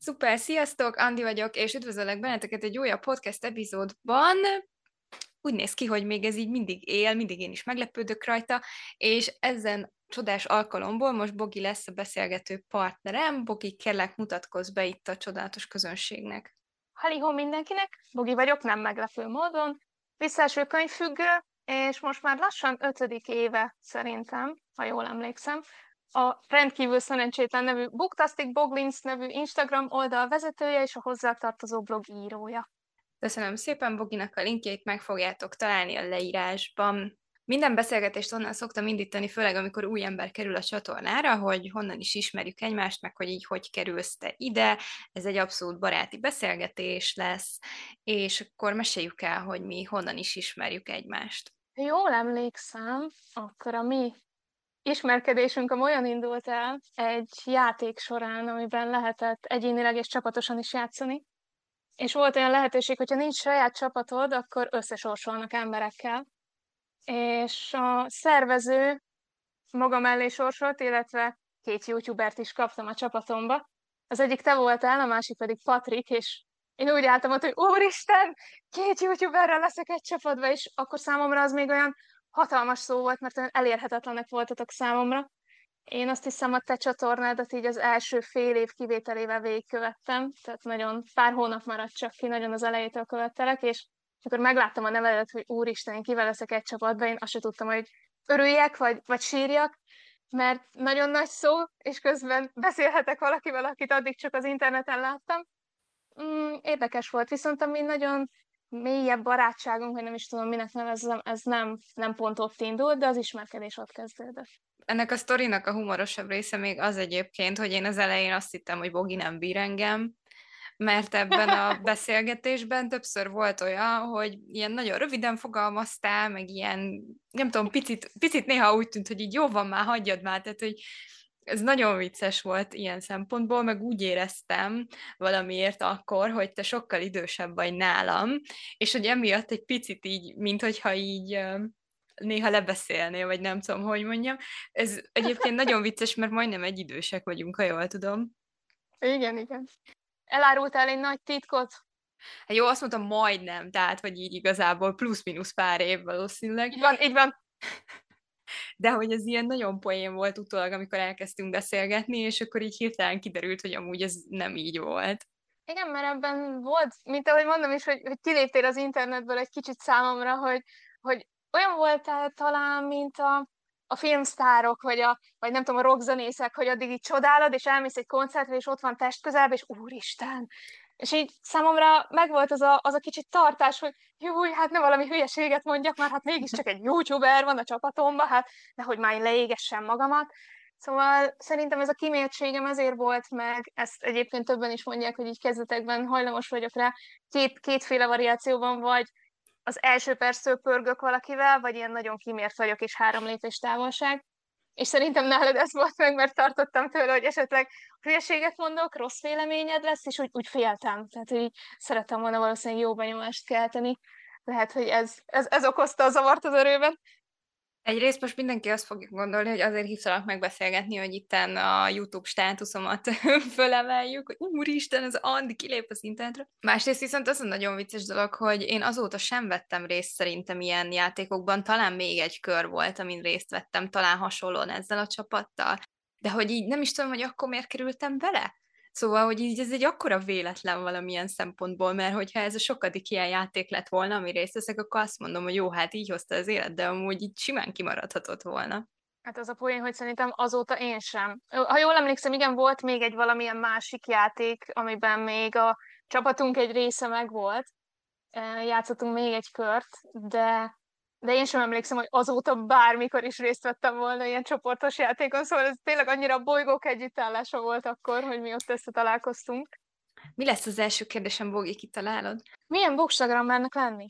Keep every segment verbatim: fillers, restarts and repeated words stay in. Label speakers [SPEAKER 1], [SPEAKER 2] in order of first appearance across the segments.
[SPEAKER 1] Szuper, sziasztok, Andi vagyok, és üdvözöllek benneteket egy újabb podcast epizódban. Úgy néz ki, hogy még ez így mindig él, mindig én is meglepődök rajta, és ezen csodás alkalomból most Bogi lesz a beszélgető partnerem. Bogi, kérlek, mutatkozz be itt a csodálatos közönségnek.
[SPEAKER 2] Halihó mindenkinek, Bogi vagyok, nem meglepő módon. Visszaeső könyvfüggő, és most már lassan ötödik éve szerintem, ha jól emlékszem, a rendkívül szerencsétlen nevű Booktastic Boglins nevű Instagram oldal vezetője és a hozzátartozó blog írója.
[SPEAKER 1] Köszönöm szépen, Boginak a linkjét meg fogjátok találni a leírásban. Minden beszélgetést onnan szoktam indítani, főleg amikor új ember kerül a csatornára, hogy honnan is ismerjük egymást, meg hogy így hogy kerülsz te ide. Ez egy abszolút baráti beszélgetés lesz, és akkor meséljük el, hogy mi honnan is ismerjük egymást.
[SPEAKER 2] Ha jól emlékszem, akkor a mi ismerkedésünk olyan indult el egy játék során, amiben lehetett egyénileg és csapatosan is játszani. És volt olyan lehetőség, hogyha nincs saját csapatod, akkor összesorsolnak emberekkel. És a szervező maga mellé sorsolt, illetve két youtubert is kaptam a csapatomba. Az egyik te voltál, a másik pedig Patrik, és én úgy álltam ott, hogy úristen, két youtuberrel leszek egy csapatba, és akkor számomra az még olyan hatalmas szó volt, mert olyan elérhetetlenek voltatok számomra. Én azt hiszem, a te csatornádat így az első fél év kivételével végigkövettem, tehát nagyon pár hónap maradt csak ki, nagyon az elejétől követtelek, és akkor megláttam a nevedet, hogy úristen, én kivel leszek egy csapatba, én azt sem tudtam, hogy örüljek, vagy, vagy sírjak, mert nagyon nagy szó, és közben beszélhetek valakivel, akit addig csak az interneten láttam. Mm, érdekes volt, viszont ami nagyon mélyebb barátságunk, vagy nem is tudom, minek nevezzem, ez nem, nem pont ott indult, de az ismerkedés ott kezdődött.
[SPEAKER 1] Ennek a sztorinak a humorosabb része még az egyébként, hogy én az elején azt hittem, hogy Bogi nem bír engem, mert ebben a beszélgetésben többször volt olyan, hogy ilyen nagyon röviden fogalmaztál, meg ilyen, nem tudom, picit, picit néha úgy tűnt, hogy így jó van már, hagyjad már, tehát hogy ez nagyon vicces volt ilyen szempontból, meg úgy éreztem valamiért akkor, hogy te sokkal idősebb vagy nálam, és hogy emiatt egy picit így, mint hogyha így néha lebeszélnél, vagy nem tudom, hogy mondjam. Ez egyébként nagyon vicces, mert majdnem egyidősek vagyunk, ha jól tudom.
[SPEAKER 2] Igen, igen. Elárultál egy nagy titkot?
[SPEAKER 1] Hát jó, azt mondtam majdnem, tehát, hogy így igazából plusz-minusz pár év valószínűleg.
[SPEAKER 2] Így van, így van.
[SPEAKER 1] De hogy ez ilyen nagyon poén volt utólag, amikor elkezdtünk beszélgetni, és akkor így hirtelen kiderült, hogy amúgy ez nem így volt.
[SPEAKER 2] Igen, mert ebben volt, mint ahogy mondom is, hogy, hogy kiléptél az internetből egy kicsit számomra, hogy, hogy olyan voltál talán, mint a, a filmsztárok, vagy, a, vagy nem tudom, a rockzenészek, hogy addig így csodálod, és elmész egy koncertre, és ott van test közelben, és úristen! És így számomra megvolt az a, az a kicsit tartás, hogy jó, hát ne valami hülyeséget mondjak, már hát mégiscsak egy youtuber van a csapatomban, hát nehogy már én leégessem magamat. Szóval szerintem ez a kimértségem ezért volt meg, ezt egyébként többen is mondják, hogy így kezdetekben hajlamos vagyok rá, két, kétféle variációban, vagy az első perctől pörgök valakivel, vagy ilyen nagyon kimért vagyok, és három lépés távolság. És szerintem nálad ez volt meg, mert tartottam tőle, hogy esetleg hülyeséget mondok, rossz véleményed lesz, és úgy, úgy féltem. Tehát, hogy így szerettem volna valószínűleg jó benyomást kelteni. Lehet, hogy ez, ez, ez okozta a zavart az erőben.
[SPEAKER 1] Egyrészt most mindenki azt fogja gondolni, hogy azért hívtalak megbeszélgetni, hogy itten a YouTube státuszomat fölemeljük, hogy úristen, az Andi kilép az internetre. Másrészt viszont az a nagyon vicces dolog, hogy én azóta sem vettem részt szerintem ilyen játékokban, talán még egy kör volt, amin részt vettem, talán hasonlóan ezzel a csapattal, de hogy így nem is tudom, hogy akkor miért kerültem bele. Szóval, hogy így ez egy akkora véletlen valamilyen szempontból, mert hogyha ez a sokadik ilyen játék lett volna, ami részt veszek, akkor azt mondom, hogy jó, hát így hozta az élet, de amúgy így simán kimaradhatott volna.
[SPEAKER 2] Hát az a poén, hogy szerintem azóta én sem. Ha jól emlékszem, igen, volt még egy valamilyen másik játék, amiben még a csapatunk egy része megvolt. Játszottunk még egy kört, de, de én sem emlékszem, hogy azóta bármikor is részt vettem volna ilyen csoportos játékon, szóval ez tényleg annyira bolygók együttállása volt akkor, hogy mi ott összetalálkoztunk.
[SPEAKER 1] Mi lesz az első kérdésem, Bogi, kitalálod?
[SPEAKER 2] Milyen bookstagrammernek lenni?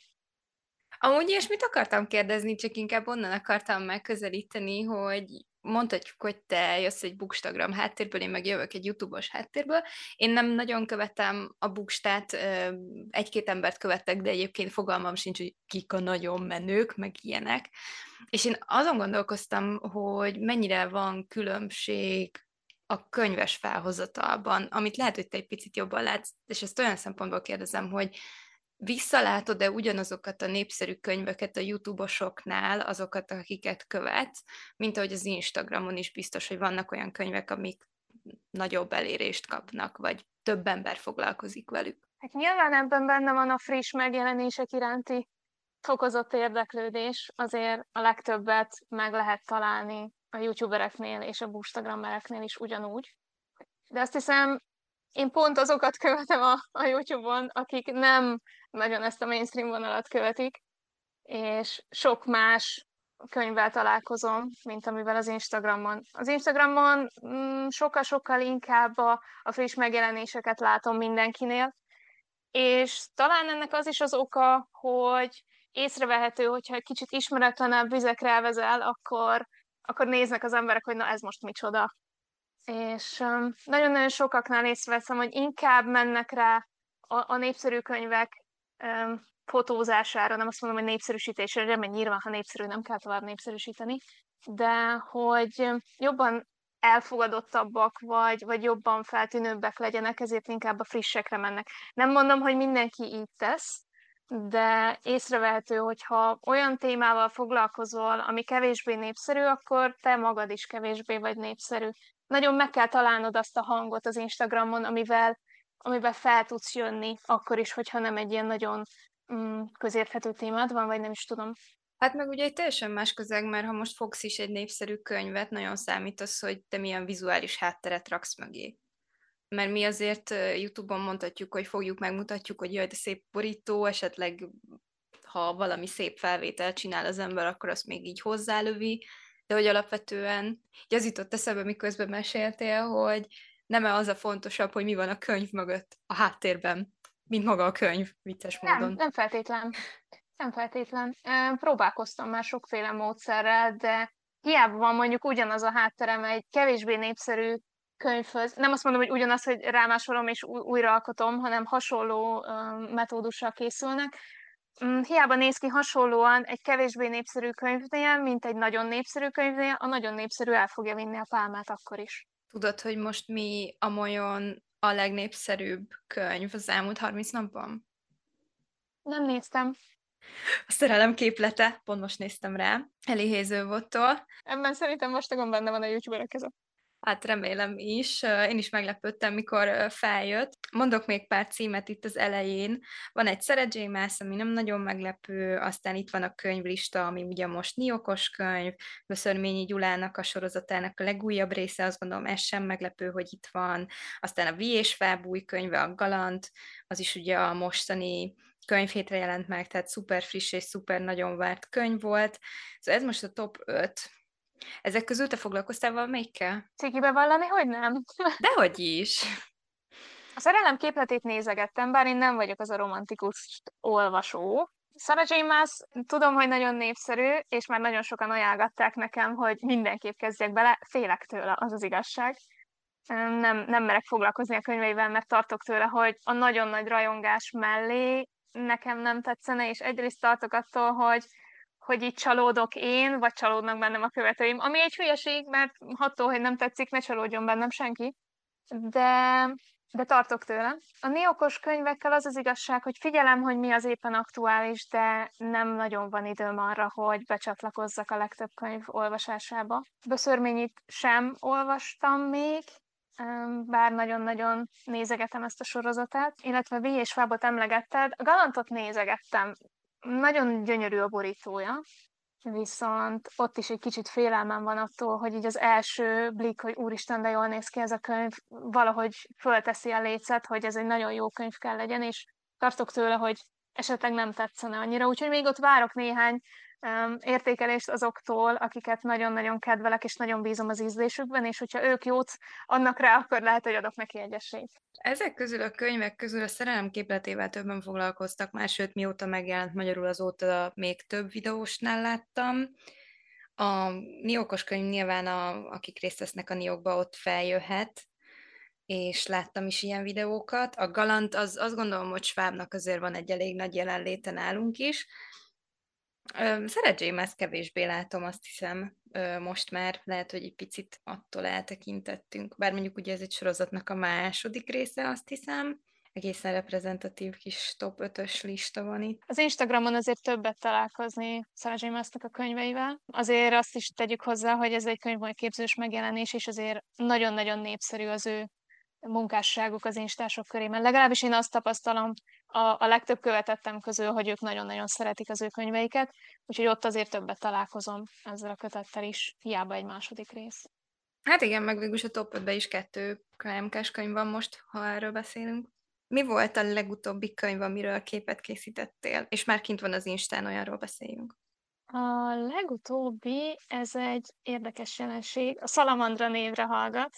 [SPEAKER 1] Amúgy ilyesmit akartam kérdezni, csak inkább onnan akartam megközelíteni, hogy mondhatjuk, hogy te jössz egy Bookstagram háttérből, én meg jövök egy YouTube-os háttérből. Én nem nagyon követem a Bookstát, egy-két embert követek, de egyébként fogalmam sincs, hogy kik a nagyon menők, meg ilyenek. És én azon gondolkoztam, hogy mennyire van különbség a könyves felhozatalban, amit lehet, hogy te egy picit jobban látsz, és ezt olyan szempontból kérdezem, hogy visszalátod-e ugyanazokat a népszerű könyveket a YouTube-osoknál, azokat, akiket követsz, mint ahogy az Instagramon is biztos, hogy vannak olyan könyvek, amik nagyobb elérést kapnak, vagy több ember foglalkozik velük.
[SPEAKER 2] Hát nyilván ebben benne van a friss megjelenések iránti fokozott érdeklődés, azért a legtöbbet meg lehet találni a youtubereknél és a bookstagrammereknél is ugyanúgy. De azt hiszem, én pont azokat követem a, a YouTube-on, akik nem nagyon ezt a mainstream vonalat követik, és sok más könyvvel találkozom, mint amivel az Instagramon. Az Instagramon mm, sokkal-sokkal inkább a, a friss megjelenéseket látom mindenkinél, és talán ennek az is az oka, hogy észrevehető, hogyha egy kicsit ismeretlenebb vizekre elvezel, akkor, akkor néznek az emberek, hogy na ez most micsoda. És um, nagyon-nagyon sokaknál észreveszem, hogy inkább mennek rá a, a népszerű könyvek um, fotózására, nem azt mondom, hogy népszerűsítésre, mert nyilván, ha népszerű, nem kell tovább népszerűsíteni, de hogy jobban elfogadottabbak, vagy, vagy jobban feltűnőbbek legyenek, ezért inkább a frissekre mennek. Nem mondom, hogy mindenki így tesz, de észrevehető, hogyha olyan témával foglalkozol, ami kevésbé népszerű, akkor te magad is kevésbé vagy népszerű. Nagyon meg kell találnod azt a hangot az Instagramon, amivel, amivel fel tudsz jönni, akkor is, hogyha nem egy ilyen nagyon mm, közérthető témád van, vagy nem is tudom.
[SPEAKER 1] Hát meg ugye egy teljesen más közeg, mert ha most fogsz is egy népszerű könyvet, nagyon számít az, hogy te milyen vizuális hátteret raksz mögé. Mert mi azért YouTube-on mondhatjuk, hogy fogjuk, megmutatjuk, hogy jaj, de szép borító, esetleg ha valami szép felvételt csinál az ember, akkor azt még így hozzálövi, de hogy alapvetően, így az jutott eszembe, miközben meséltél, hogy nem-e az a fontosabb, hogy mi van a könyv mögött, a háttérben, mint maga a könyv, vicces
[SPEAKER 2] Nem,
[SPEAKER 1] módon.
[SPEAKER 2] nem feltétlen. Nem feltétlen. Próbálkoztam már sokféle módszerrel, de hiába van mondjuk ugyanaz a hátterem egy kevésbé népszerű könyvhöz. Nem azt mondom, hogy ugyanaz, hogy rámásolom és újraalkotom, hanem hasonló metódussal készülnek. Hiába néz ki hasonlóan egy kevésbé népszerű könyvnél, mint egy nagyon népszerű könyvnél, a nagyon népszerű el fogja vinni a pálmát akkor is.
[SPEAKER 1] Tudod, hogy most mi a molyon a legnépszerűbb könyv az elmúlt harminc napban?
[SPEAKER 2] Nem néztem.
[SPEAKER 1] A szerelem képlete, pont most néztem rá, Eli Hazelwoodtól.
[SPEAKER 2] Ebben szerintem vastagon benne van a youtuberek között.
[SPEAKER 1] Hát remélem is. Én is meglepődtem, mikor feljött. Mondok még pár címet itt az elején. Van egy Sarah J. Maas, ami nem nagyon meglepő, aztán itt van a könyvlista, ami ugye most Niokos könyv, Vöszörményi Gyulának a sorozatának a legújabb része, azt gondolom ez sem meglepő, hogy itt van. Aztán a Vi és Fábúj könyve, a Galant, az is ugye a mostani könyvhétre jelent meg, tehát szuper friss és szuper nagyon várt könyv volt. Szóval ez most a top öt. Ezek közül te foglalkoztál valamelyikkel?
[SPEAKER 2] Ciki bevallani, hogy nem?
[SPEAKER 1] Dehogy is.
[SPEAKER 2] A szerelem képletét nézegettem, bár én nem vagyok az a romantikus olvasó. Sarah J. Maas tudom, hogy nagyon népszerű, és már nagyon sokan ajánlgatták nekem, hogy mindenképp kezdjek bele. Félek tőle, az az igazság. Nem, nem merek foglalkozni a könyveivel, mert tartok tőle, hogy a nagyon nagy rajongás mellé nekem nem tetszene, és egyrészt tartok attól, hogy hogy így csalódok én, vagy csalódnak bennem a követőim. Ami egy hülyeség, mert attól, hogy nem tetszik, ne csalódjon bennem senki. De, de tartok tőle. A Niokos könyvekkel az az igazság, hogy figyelem, hogy mi az éppen aktuális, de nem nagyon van időm arra, hogy becsatlakozzak a legtöbb könyv olvasásába. Böszörményit sem olvastam még, bár nagyon-nagyon nézegetem ezt a sorozatát, illetve Vi és Fábot emlegetted. A Galantot nézegettem. Nagyon gyönyörű a borítója, viszont ott is egy kicsit félelmem van attól, hogy így az első blik, hogy úristen, de jól néz ki ez a könyv, valahogy fölteszi a lécet, hogy ez egy nagyon jó könyv kell legyen, és tartok tőle, hogy esetleg nem tetszene annyira. Úgyhogy még ott várok néhány um, értékelést azoktól, akiket nagyon-nagyon kedvelek, és nagyon bízom az ízlésükben, és hogyha ők jót adnak rá, akkor lehet, hogy adok neki egy esélyt. Ezek
[SPEAKER 1] közül a könyvek közül a szerelem képletével többen foglalkoztak már, sőt, mióta megjelent magyarul, azóta még több videósnál láttam. A Niokos könyv nyilván, a, akik részt vesznek a Niokba, ott feljöhet, és láttam is ilyen videókat. A Galant, az, azt gondolom, hogy Schwabnak azért van egy elég nagy jelenléte nálunk is. Sarah J. kevésbé látom, azt hiszem, most már lehet, hogy egy picit attól eltekintettünk. Bár mondjuk ugye ez egy sorozatnak a második része, azt hiszem. Egészen reprezentatív kis top ötös lista van itt.
[SPEAKER 2] Az Instagramon azért többet találkozni Sarah J. Maasnak a könyveivel. Azért azt is tegyük hozzá, hogy ez egy könyvműveképzős megjelenés, és azért nagyon-nagyon népszerű az ő munkásságuk az instások körében. Legalábbis én azt tapasztalom a, a legtöbb követettem közül, hogy ők nagyon-nagyon szeretik az ő könyveiket, úgyhogy ott azért többet találkozom ezzel a kötettel is, hiába egy második rész.
[SPEAKER 1] Hát igen, meg végülis a top ötben is kettő ká em ká-s könyv van most, ha erről beszélünk. Mi volt a legutóbbi könyv, amiről képet készítettél? És már kint van az Instán, olyanról beszéljünk.
[SPEAKER 2] A legutóbbi, ez egy érdekes jelenség, a Salamandra névre hallgat,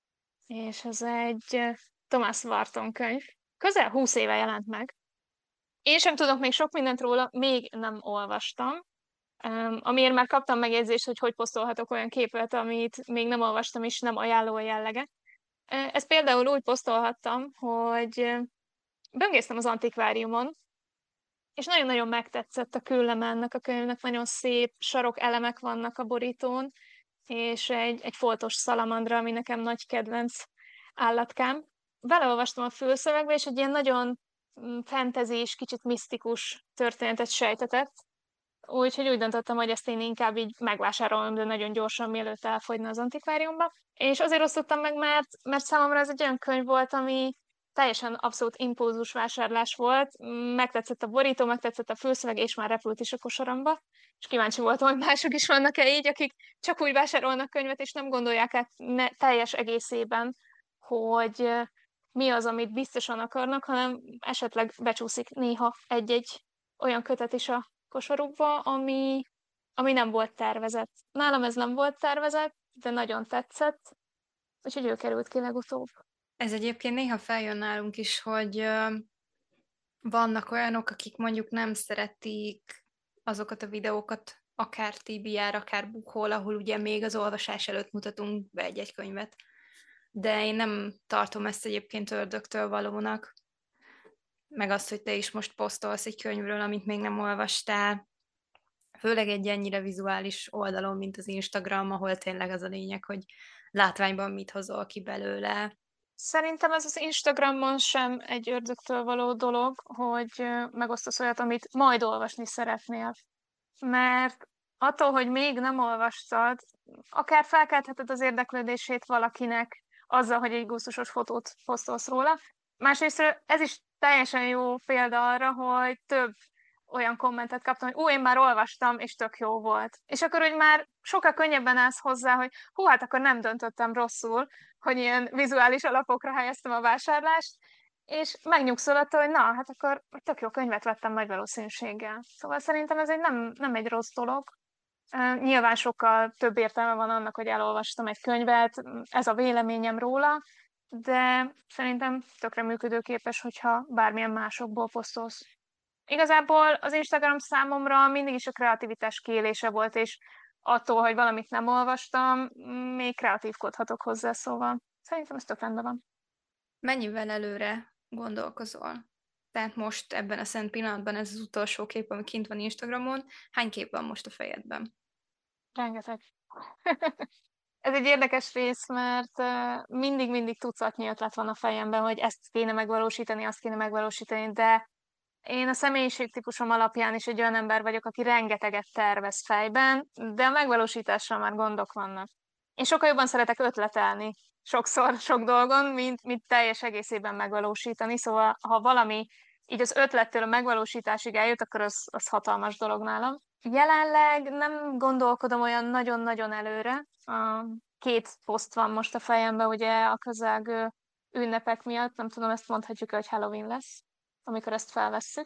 [SPEAKER 2] és ez egy Thomas Warton könyv. Közel húsz éve jelent meg. Én sem tudok még sok mindent róla, még nem olvastam, um, amiért már kaptam megjegyzést, hogy hogy posztolhatok olyan képet, amit még nem olvastam, és nem ajánló jellege. Ezt például úgy posztolhattam, hogy böngésztem az antikváriumon, és nagyon-nagyon megtetszett a külleme ennek a könyvnek, nagyon szép sarok elemek vannak a borítón, és egy, egy foltos szalamandra, ami nekem nagy kedvenc állatkám. Beleolvastam a fülszövegbe, és egy ilyen nagyon fantasy és kicsit misztikus történetet sejtetett, úgyhogy úgy döntöttem, hogy ezt én inkább így megvásárolom, de nagyon gyorsan, mielőtt elfogyna az antikváriumba. És azért osztottam meg, mert, mert számomra ez egy olyan könyv volt, ami teljesen abszolút impulzus vásárlás volt. Megtetszett a borító, megtetszett a fülszöveg, és már repült is a kosaramba. És kíváncsi voltam, hogy mások is vannak-e így, akik csak úgy vásárolnak könyvet, és nem gondolják át ne, teljes egészében, hogy mi az, amit biztosan akarnak, hanem esetleg becsúszik néha egy-egy olyan kötet is a kosarukba, ami, ami nem volt tervezett. Nálam ez nem volt tervezett, de nagyon tetszett, úgyhogy ő került ki legutóbb.
[SPEAKER 1] Ez egyébként néha feljön nálunk is, hogy ö, vannak olyanok, akik mondjuk nem szeretik azokat a videókat, akár té bé er, akár Bookhol, ahol ugye még az olvasás előtt mutatunk be egy-egy könyvet. De én nem tartom ezt egyébként ördögtől valónak. Meg azt, hogy te is most posztolsz egy könyvről, amit még nem olvastál, főleg egy ennyire vizuális oldalon, mint az Instagram, ahol tényleg az a lényeg, hogy látványban mit hozol ki belőle.
[SPEAKER 2] Szerintem ez az Instagramon sem egy ördögtől való dolog, hogy megosztasz olyat, amit majd olvasni szeretnél. Mert attól, hogy még nem olvastad, akár felkeltheted az érdeklődését valakinek azzal, hogy egy gusztusos fotót posztolsz róla. Másrészt ez is teljesen jó példa arra, hogy több olyan kommentet kaptam, hogy ú, én már olvastam, és tök jó volt. És akkor úgy már sokkal könnyebben állsz hozzá, hogy hú, hát akkor nem döntöttem rosszul, hogy ilyen vizuális alapokra helyeztem a vásárlást, és megnyugszol attól, hogy na, hát akkor tök jó könyvet vettem nagy valószínűséggel. Szóval szerintem ez egy nem, nem egy rossz dolog. Nyilván sokkal több értelme van annak, hogy elolvastam egy könyvet, ez a véleményem róla, de szerintem tökre működőképes, hogyha bármilyen másokból posztolsz. Igazából az Instagram számomra mindig is a kreativitás kiélése volt, és attól, hogy valamit nem olvastam, még kreatívkodhatok hozzá, szóval szerintem ez tök rendben van.
[SPEAKER 1] Mennyivel előre gondolkozol? Tehát most ebben a szent pillanatban ez az utolsó kép, ami kint van Instagramon, hány kép van most a fejedben?
[SPEAKER 2] Rengeteg. Ez egy érdekes rész, mert mindig-mindig tucatnyi ötlet van a fejemben, hogy ezt kéne megvalósítani, azt kéne megvalósítani, de én a személyiségtípusom alapján is egy olyan ember vagyok, aki rengeteget tervez fejben, de a megvalósításra már gondok vannak. Én sokkal jobban szeretek ötletelni sokszor, sok dolgon, mint, mint teljes egészében megvalósítani, szóval ha valami így az ötlettől a megvalósításig eljut, akkor az, az hatalmas dolog nálam. Jelenleg nem gondolkodom olyan nagyon-nagyon előre. A két poszt van most a fejemben, ugye a közelgő ünnepek miatt, nem tudom, ezt mondhatjuk, hogy Halloween lesz, amikor ezt felvesszük.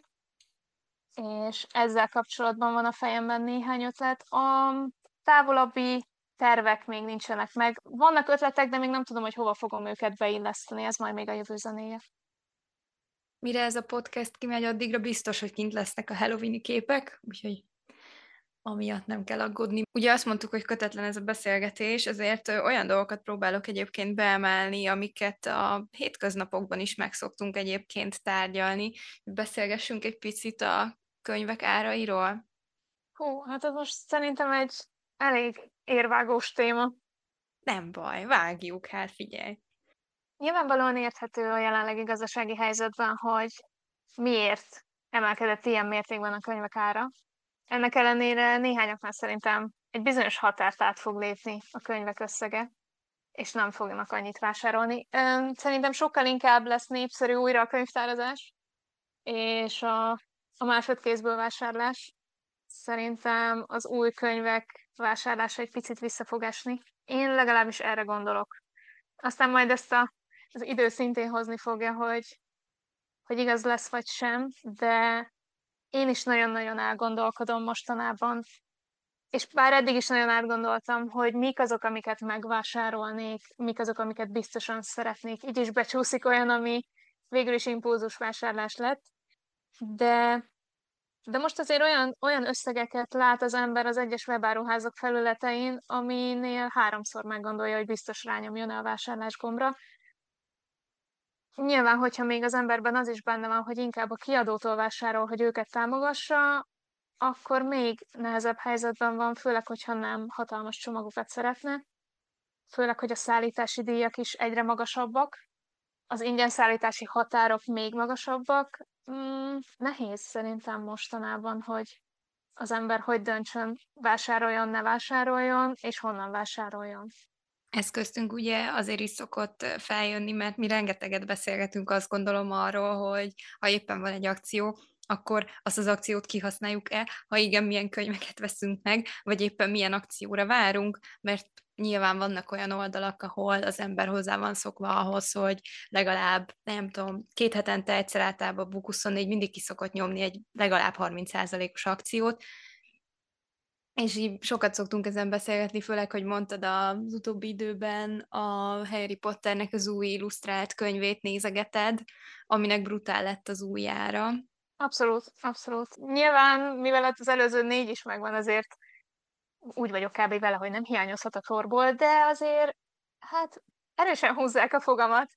[SPEAKER 2] És ezzel kapcsolatban van a fejemben néhány ötlet. A távolabbi tervek még nincsenek meg. Vannak ötletek, de még nem tudom, hogy hova fogom őket beilleszteni, ez majd még a jövő zenéje.
[SPEAKER 1] Mire ez a podcast kimegy, addigra biztos, hogy kint lesznek a Halloweeni képek, úgyhogy amiatt nem kell aggódni. Ugye azt mondtuk, hogy kötetlen ez a beszélgetés, ezért olyan dolgokat próbálok egyébként beemelni, amiket a hétköznapokban is megszoktunk egyébként tárgyalni. Beszélgessünk egy picit a könyvek árairól.
[SPEAKER 2] Hú, hát ez most szerintem egy elég érvágós téma.
[SPEAKER 1] Nem baj, vágjuk, hát figyelj.
[SPEAKER 2] Nyilvánvalóan érthető a jelenlegi gazdasági helyzetben, hogy miért emelkedett ilyen mértékben a könyvek ára. Ennek ellenére néhányaknál szerintem egy bizonyos határt át fog lépni a könyvek összege, és nem fognak annyit vásárolni. Szerintem sokkal inkább lesz népszerű újra a könyvtárazás, és a, a másodkézből vásárlás. Szerintem az új könyvek vásárlása egy picit vissza fog esni. Én legalábbis erre gondolok. Aztán majd ezt a, az idő szintén hozni fogja, hogy, hogy igaz lesz vagy sem, de én is nagyon-nagyon elgondolkodom mostanában, és bár eddig is nagyon átgondoltam, hogy mik azok, amiket megvásárolnék, mik azok, amiket biztosan szeretnék. Így is becsúszik olyan, ami végül is impulzus vásárlás lett, de, de most azért olyan, olyan összegeket lát az ember az egyes webáruházak felületein, aminél háromszor meggondolja, hogy biztos rányomjon a vásárlás gombra. Nyilván, hogyha még az emberben az is benne van, hogy inkább a kiadótól vásárol, hogy őket támogassa, akkor még nehezebb helyzetben van, főleg, hogyha nem hatalmas csomagokat szeretne, főleg, hogy a szállítási díjak is egyre magasabbak, az ingyen szállítási határok még magasabbak. Mm, nehéz szerintem mostanában, hogy az ember hogy döntsön, vásároljon, ne vásároljon, és honnan vásároljon.
[SPEAKER 1] Ez köztünk ugye azért is szokott feljönni, mert mi rengeteget beszélgetünk, azt gondolom arról, hogy ha éppen van egy akció, akkor azt az akciót kihasználjuk-e, ha igen, milyen könyveket veszünk meg, vagy éppen milyen akcióra várunk, mert nyilván vannak olyan oldalak, ahol az ember hozzá van szokva ahhoz, hogy legalább, nem tudom, két hetente egyszer általában Book huszonnégy mindig ki szokott nyomni egy legalább harminc százalékos akciót, és így sokat szoktunk ezen beszélgetni, főleg, hogy mondtad az utóbbi időben a Harry Potternek az új illusztrált könyvét nézegeted, aminek brutál lett az újjára.
[SPEAKER 2] Abszolút, abszolút. Nyilván, mivel az előző négy is megvan, azért úgy vagyok kb. Vele, hogy nem hiányozhat a sorból, de azért, hát erősen húzzák a fogamat,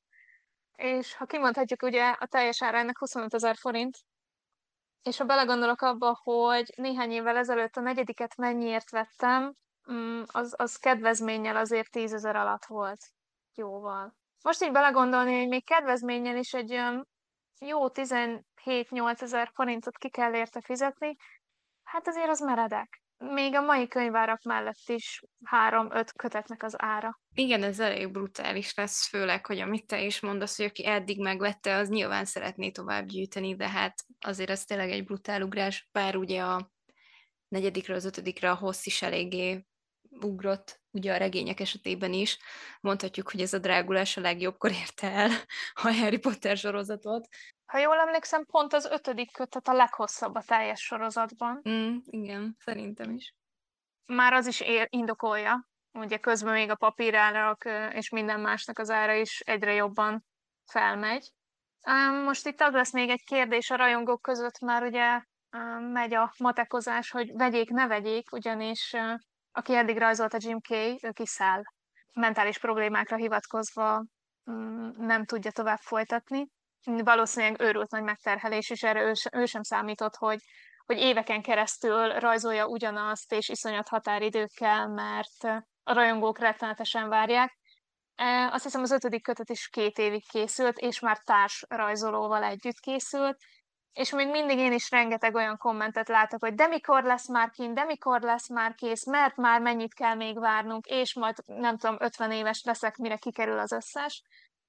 [SPEAKER 2] és ha kimondhatjuk, ugye a teljes ára ennek huszonöt ezer forint, és ha belegondolok abba, hogy néhány évvel ezelőtt a negyediket mennyiért vettem, mm, az, az kedvezménnyel azért tízezer alatt volt. Jóval. Most így belegondolni, hogy még kedvezménnyel is egy olyan jó tizenhét-nyolc ezer forintot ki kell érte fizetni, hát azért az meredek. Még a mai könyvárak mellett is három-öt kötetnek az ára.
[SPEAKER 1] Igen, ez elég brutális lesz, főleg, hogy amit te is mondasz, hogy aki eddig megvette, az nyilván szeretné tovább gyűjteni, de hát azért ez tényleg egy brutál ugrás, bár ugye a negyedikre, az ötödikre a hossz is eléggé ugrott, ugye a regények esetében is. Mondhatjuk, hogy ez a drágulás a legjobbkor érte el a Harry Potter sorozatot.
[SPEAKER 2] Ha jól emlékszem, pont az ötödik kötet a leghosszabb a teljes sorozatban.
[SPEAKER 1] Mm, igen, szerintem is.
[SPEAKER 2] Már az is ér, indokolja. Ugye közben még a papírárak és minden másnak az ára is egyre jobban felmegy. Most itt az lesz még egy kérdés a rajongók között, már ugye megy a matekozás, hogy vegyék, ne vegyék, ugyanis aki eddig rajzolt a Jim Kay, ő kiszáll. Mentális problémákra hivatkozva nem tudja tovább folytatni. Valószínűleg őrült nagy megterhelés, és erre ő, ő sem számított, hogy, hogy éveken keresztül rajzolja ugyanazt, és iszonyat határidőkkel, mert a rajongók rettenetesen várják. Azt hiszem az ötödik kötet is két évig készült, és már társ rajzolóval együtt készült, és még mindig én is rengeteg olyan kommentet látok, hogy de mikor lesz már kint, de mikor lesz már kész, mert már mennyit kell még várnunk, és majd nem tudom, ötven éves leszek, mire kikerül az összes.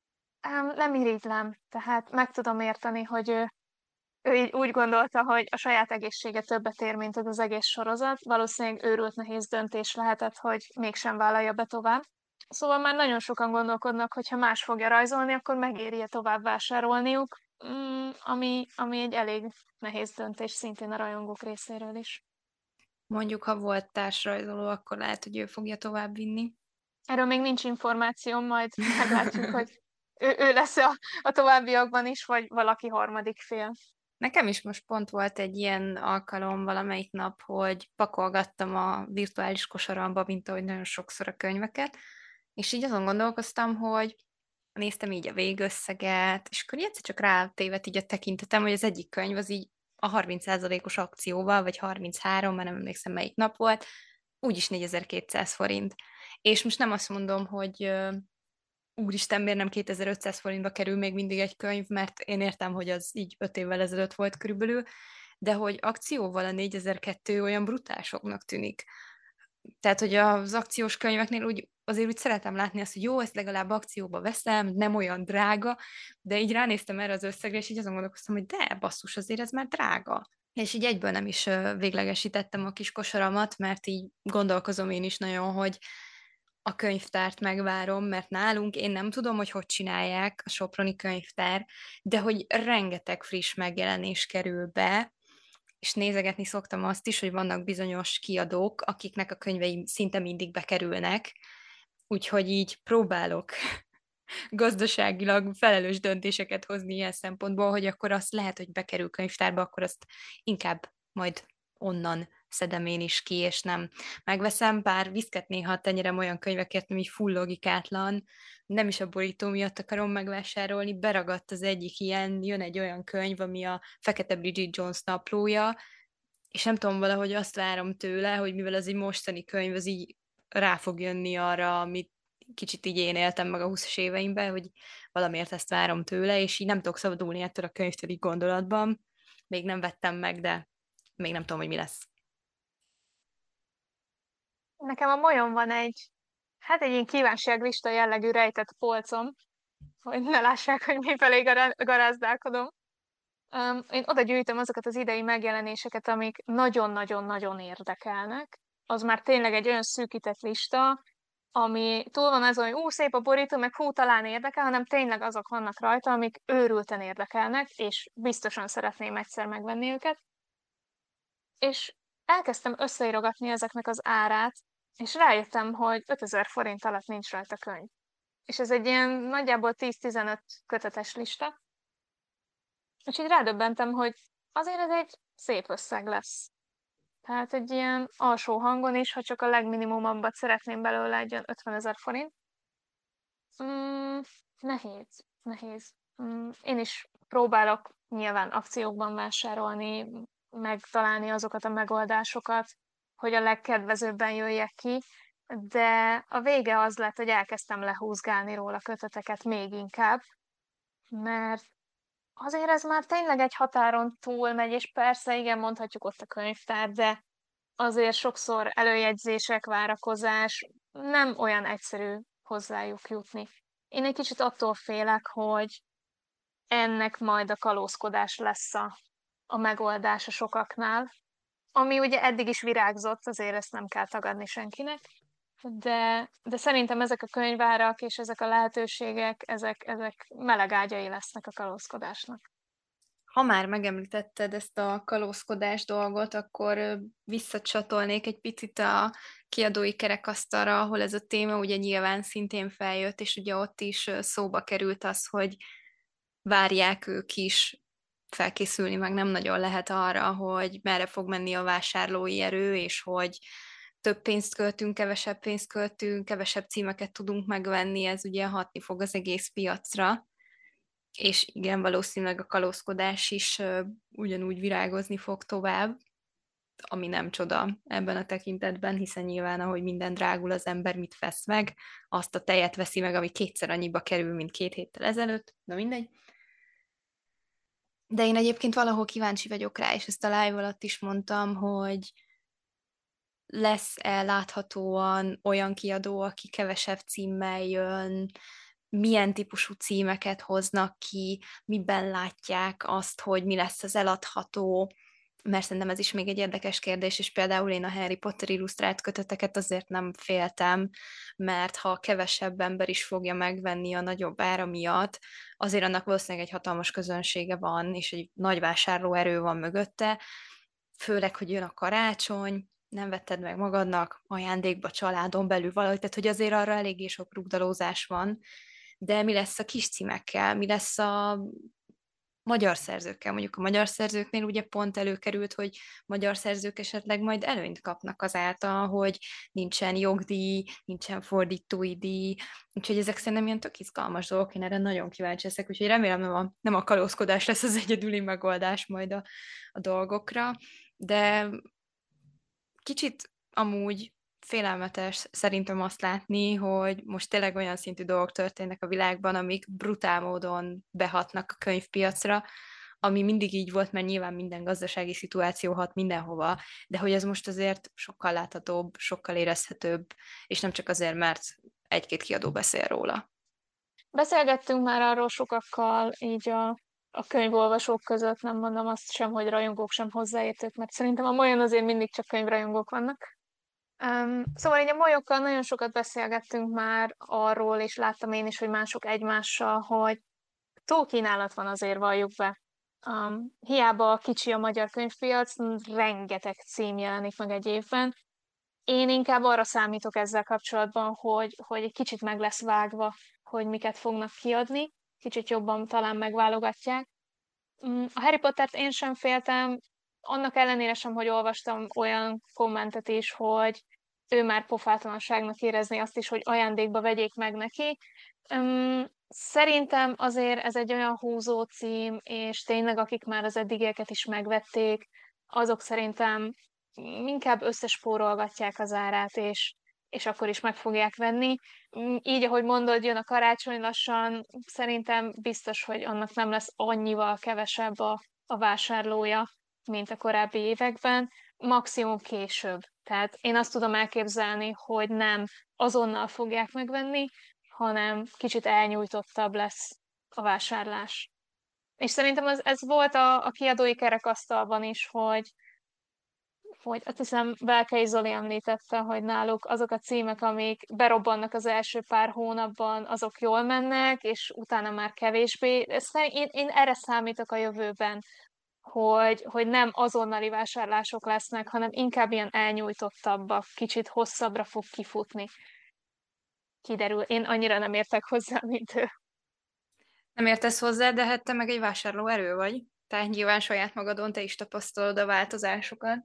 [SPEAKER 2] Nem irigylem, tehát meg tudom érteni, hogy ő, ő így úgy gondolta, hogy a saját egészsége többet ér, mint az, az egész sorozat. Valószínűleg őrült nehéz döntés lehetett, hogy mégsem vállalja be tovább. Szóval már nagyon sokan gondolkodnak, hogy ha más fogja rajzolni, akkor megéri-e tovább vásárolniuk, mm, ami, ami egy elég nehéz döntés szintén a rajongók részéről is.
[SPEAKER 1] Mondjuk, ha volt társrajzoló, akkor lehet, hogy ő fogja tovább vinni.
[SPEAKER 2] Erről még nincs információm, majd meglátjuk, hogy ő, ő lesz a, a továbbiakban is, vagy valaki harmadik fél.
[SPEAKER 1] Nekem is most pont volt egy ilyen alkalom valamelyik nap, hogy pakolgattam a virtuális kosaramba, mint ahogy nagyon sokszor a könyveket, és így azon gondolkoztam, hogy néztem így a végösszeget, és akkor egyszer csak rátévedt így a tekintetem, hogy az egyik könyv az így a harminc százalékos akcióval, vagy harminchárom, már nem emlékszem melyik nap volt, úgyis négyezer-kétszáz forint. És most nem azt mondom, hogy úristen, miért nem kétezer-ötszáz forintba kerül még mindig egy könyv, mert én értem, hogy az így öt évvel ezelőtt volt körülbelül, de hogy akcióval a négyezer-kettő olyan brutálsoknak tűnik. Tehát, hogy az akciós könyveknél úgy, azért úgy szeretem látni azt, hogy jó, ezt legalább akcióba veszem, nem olyan drága, de így ránéztem erre az összegre, és így azon gondolkoztam, hogy de, basszus, azért ez már drága. És így egyből nem is véglegesítettem a kis kosaramat, mert így gondolkozom én is nagyon, hogy a könyvtárt megvárom, mert nálunk én nem tudom, hogy hogy csinálják a soproni könyvtár, de hogy rengeteg friss megjelenés kerül be, és nézegetni szoktam azt is, hogy vannak bizonyos kiadók, akiknek a könyvei szinte mindig bekerülnek, úgyhogy így próbálok gazdaságilag felelős döntéseket hozni ilyen szempontból, hogy akkor azt lehet, hogy bekerül könyvtárba, akkor azt inkább majd onnan szedem én is ki, és nem megveszem, bár viszket néha a tenyerem olyan könyvekért, ami full logikátlan, nem is a borító miatt akarom megvásárolni, beragadt az egyik ilyen, jön egy olyan könyv, ami a Fekete Bridget Jones naplója, és nem tudom, valahogy azt várom tőle, hogy mivel ez egy mostani könyv, az így rá fog jönni arra, amit kicsit így én éltem meg a húszas éveimben, hogy valamiért ezt várom tőle, és így nem tudok szabadulni ettől a könyvtől így gondolatban. Még nem vettem meg, de még nem tudom, hogy mi lesz.
[SPEAKER 2] Nekem a molyon van egy, hát egy ilyen kívánságlista jellegű rejtett polcom, hogy ne lássák, hogy mifelé gara- garázdálkodom. Um, én oda gyűjtöm azokat az idei megjelenéseket, amik nagyon-nagyon-nagyon érdekelnek. Az már tényleg egy olyan szűkített lista, ami túl van azon, hogy ú, szép a borító, meg hú, talán érdekel, hanem tényleg azok vannak rajta, amik őrülten érdekelnek, és biztosan szeretném egyszer megvenni őket. És elkezdtem összeírogatni ezeknek az árát, és rájöttem, hogy ötezer forint alatt nincs rajta könyv. És ez egy ilyen nagyjából tíz-tizenöt kötetes lista. És így rádöbbentem, hogy azért ez egy szép összeg lesz. Tehát egy ilyen alsó hangon is, ha csak a legminimumabbat szeretném belőle, egy olyan ötvenezer forint. Mm, nehéz, nehéz. Mm, én is próbálok nyilván akciókban vásárolni, megtalálni azokat a megoldásokat, hogy a legkedvezőbben jöjjek ki, de a vége az lett, hogy elkezdtem lehúzgálni róla köteteket még inkább, mert azért ez már tényleg egy határon túl megy, és persze igen, mondhatjuk ott a könyvtár, de azért sokszor előjegyzések, várakozás, nem olyan egyszerű hozzájuk jutni. Én egy kicsit attól félek, hogy ennek majd a kalózkodás lesz a, a megoldás a sokaknál, ami ugye eddig is virágzott, azért ezt nem kell tagadni senkinek, de, de szerintem ezek a könyvárak és ezek a lehetőségek, ezek, ezek melegágyai lesznek a kalózkodásnak.
[SPEAKER 1] Ha már megemlítetted ezt a kalózkodás dolgot, akkor visszacsatolnék egy picit a kiadói kerekasztalra, ahol ez a téma ugye nyilván szintén feljött, és ugye ott is szóba került az, hogy várják ők is felkészülni, meg nem nagyon lehet arra, hogy merre fog menni a vásárlói erő, és hogy több pénzt költünk, kevesebb pénzt költünk, kevesebb címeket tudunk megvenni, ez ugye hatni fog az egész piacra, és igen, valószínűleg a kalózkodás is uh, ugyanúgy virágozni fog tovább, ami nem csoda ebben a tekintetben, hiszen nyilván, ahogy minden drágul, az ember mit vesz meg, azt a tejet veszi meg, ami kétszer annyiba kerül, mint két héttel ezelőtt, na mindegy. De én egyébként valahol kíváncsi vagyok rá, és ezt a live alatt is mondtam, hogy lesz-e láthatóan olyan kiadó, aki kevesebb címmel jön, milyen típusú címeket hoznak ki, miben látják azt, hogy mi lesz az eladható, mert szerintem ez is még egy érdekes kérdés, és például én a Harry Potter illusztrált köteteket azért nem féltem, mert ha kevesebb ember is fogja megvenni a nagyobb ára miatt, azért annak valószínűleg egy hatalmas közönsége van, és egy nagy vásárlóerő van mögötte, főleg, hogy jön a karácsony, nem vetted meg magadnak ajándékba családon belül valahogy, tehát hogy azért arra eléggé sok rugdalózás van, de mi lesz a kis címekkel, mi lesz a magyar szerzőkkel. Mondjuk a magyar szerzőknél ugye pont előkerült, hogy magyar szerzők esetleg majd előnyt kapnak azáltal, hogy nincsen jogdíj, nincsen fordítói díj, úgyhogy ezek szerintem ilyen tök izgalmas dolgok, én erre nagyon kíváncsi leszek, úgyhogy remélem nem a, nem a kalózkodás lesz az egyedüli megoldás majd a, a dolgokra, de kicsit amúgy félelmetes szerintem azt látni, hogy most tényleg olyan szintű dolgok történnek a világban, amik brutál módon behatnak a könyvpiacra, ami mindig így volt, mert nyilván minden gazdasági szituáció hat mindenhova, de hogy ez most azért sokkal láthatóbb, sokkal érezhetőbb, és nem csak azért, mert egy-két kiadó beszél róla.
[SPEAKER 2] Beszélgettünk már arról sokakkal, így a, a könyvolvasók között, nem mondom azt sem, hogy rajongók, sem hozzáértők, mert szerintem a molyon azért mindig csak könyvrajongók vannak. Um, szóval így a molyokkal nagyon sokat beszélgettünk már arról, és láttam én is, hogy mások egymással, hogy túl kínálat van, azért valljuk be. Um, hiába kicsi a magyar könyvpiac, rengeteg cím jelenik meg egy évben. Én inkább arra számítok ezzel kapcsolatban, hogy, hogy egy kicsit meg lesz vágva, hogy miket fognak kiadni, kicsit jobban talán megválogatják. Mm, A Harry Pottert én sem féltem, annak ellenére sem, hogy olvastam olyan kommentet is, hogy ő már pofátlanságnak érezni azt is, hogy ajándékba vegyék meg neki. Um, Szerintem azért ez egy olyan húzó cím, és tényleg akik már az eddigieket is megvették, azok szerintem inkább összespórolgatják az árát, és, és akkor is meg fogják venni. Mm, Így, ahogy mondod, jön a karácsony lassan, szerintem biztos, hogy annak nem lesz annyival kevesebb a, a vásárlója, mint a korábbi években, maximum később. Tehát én azt tudom elképzelni, hogy nem azonnal fogják megvenni, hanem kicsit elnyújtottabb lesz a vásárlás. És szerintem ez, ez volt a, a kiadói kerekasztalban is, hogy, hogy azt hiszem Belkei Zoli említette, hogy náluk azok a címek, amik berobbannak az első pár hónapban, azok jól mennek, és utána már kevésbé. Ezt én, én erre számítok a jövőben, hogy, hogy nem azonnali vásárlások lesznek, hanem inkább ilyen elnyújtottabbak, kicsit hosszabbra fog kifutni. Kiderül. Én annyira nem értek hozzá, mint ő.
[SPEAKER 1] Nem értesz hozzá, de hát te meg egy vásárló erő vagy. Tehát nyilván saját magadon te is tapasztalod a változásokat.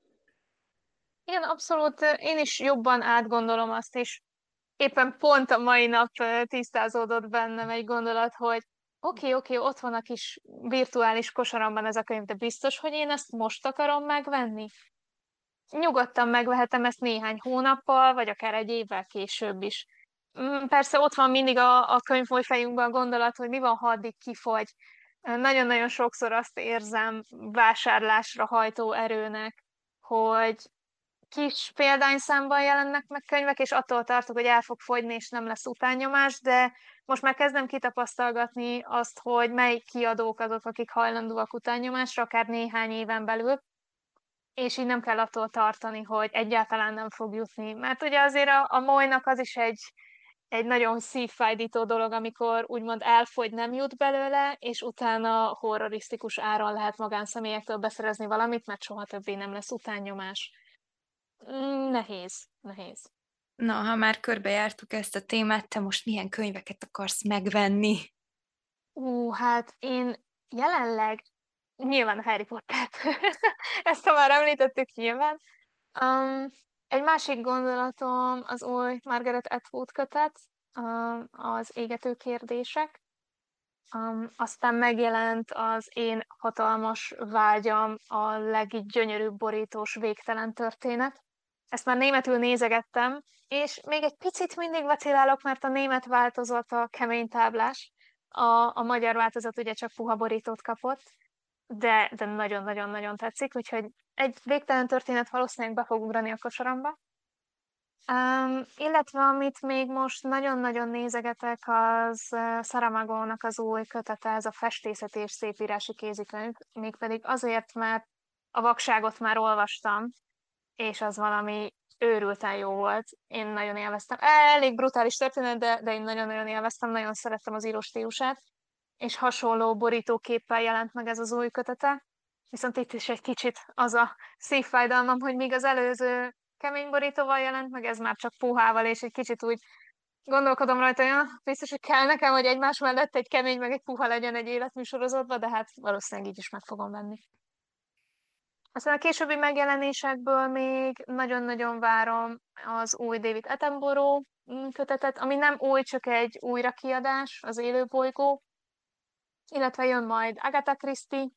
[SPEAKER 2] Igen, abszolút. Én is jobban átgondolom azt, és éppen pont a mai nap tisztázódott bennem egy gondolat, hogy oké, okay, oké, okay, ott van a kis virtuális kosaramban ez a könyv, de biztos, hogy én ezt most akarom megvenni? Nyugodtan megvehetem ezt néhány hónappal, vagy akár egy évvel később is. Mm, Persze ott van mindig a, a könyvfoly fejünkben a gondolat, hogy mi van, ha addig kifogy. Nagyon-nagyon sokszor azt érzem vásárlásra hajtó erőnek, hogy kis példányszámban jelennek meg könyvek, és attól tartok, hogy el fog fogyni, és nem lesz utánnyomás, de most már kezdem kitapasztalgatni azt, hogy mely kiadók azok, akik hajlandóak utánnyomásra, akár néhány éven belül, és így nem kell attól tartani, hogy egyáltalán nem fog jutni. Mert ugye azért a, a molynak az is egy, egy nagyon szívfájdító dolog, amikor úgymond elfogy, nem jut belőle, és utána horrorisztikus áron lehet magánszemélyektől beszerezni valamit, mert soha többé nem lesz utánnyomás. Mm, Nehéz, nehéz.
[SPEAKER 1] Na, ha már körbejártuk ezt a témát, te most milyen könyveket akarsz megvenni?
[SPEAKER 2] Ú, hát én jelenleg nyilván a Harry Pottert. Ezt ha már említettük nyilván. Um, egy másik gondolatom az új Margaret Atwood kötet, um, az Égető kérdések. Um, aztán megjelent az én hatalmas vágyam, a leggyönyörűbb borítós végtelen történet. Ezt már németül nézegettem, és még egy picit mindig vacilálok, mert a német változat a kemény táblás, a, a magyar változat ugye csak puha borítót kapott, de, de nagyon-nagyon-nagyon tetszik, úgyhogy egy végtelen történet valószínűleg be fog ugrani a kosaramba. Um, illetve amit még most nagyon-nagyon nézegetek, az uh, Saramago-nak az új kötete, ez a Festészet és szépírási kézikönyv, mégpedig azért, mert a Vakságot már olvastam, és az valami őrülten jó volt. Én nagyon élveztem. Elég brutális történet, de, de én nagyon-nagyon élveztem, nagyon szerettem az író stílusát, és hasonló borítóképpel jelent meg ez az új kötete. Viszont itt is egy kicsit az a szívfájdalmam, hogy míg az előző kemény borítóval jelent meg, ez már csak puhával, és egy kicsit úgy Gondolkodom rajta, ja, biztos, hogy kell nekem, hogy egymás mellett egy kemény, meg egy puha legyen egy életműsorozatban, de hát valószínűleg így is meg fogom venni. Aztán a későbbi megjelenésekből még nagyon-nagyon várom az új David Attenborough kötetet, ami nem új, csak egy újrakiadás, az Élőbolygó, illetve jön majd Agatha Christie,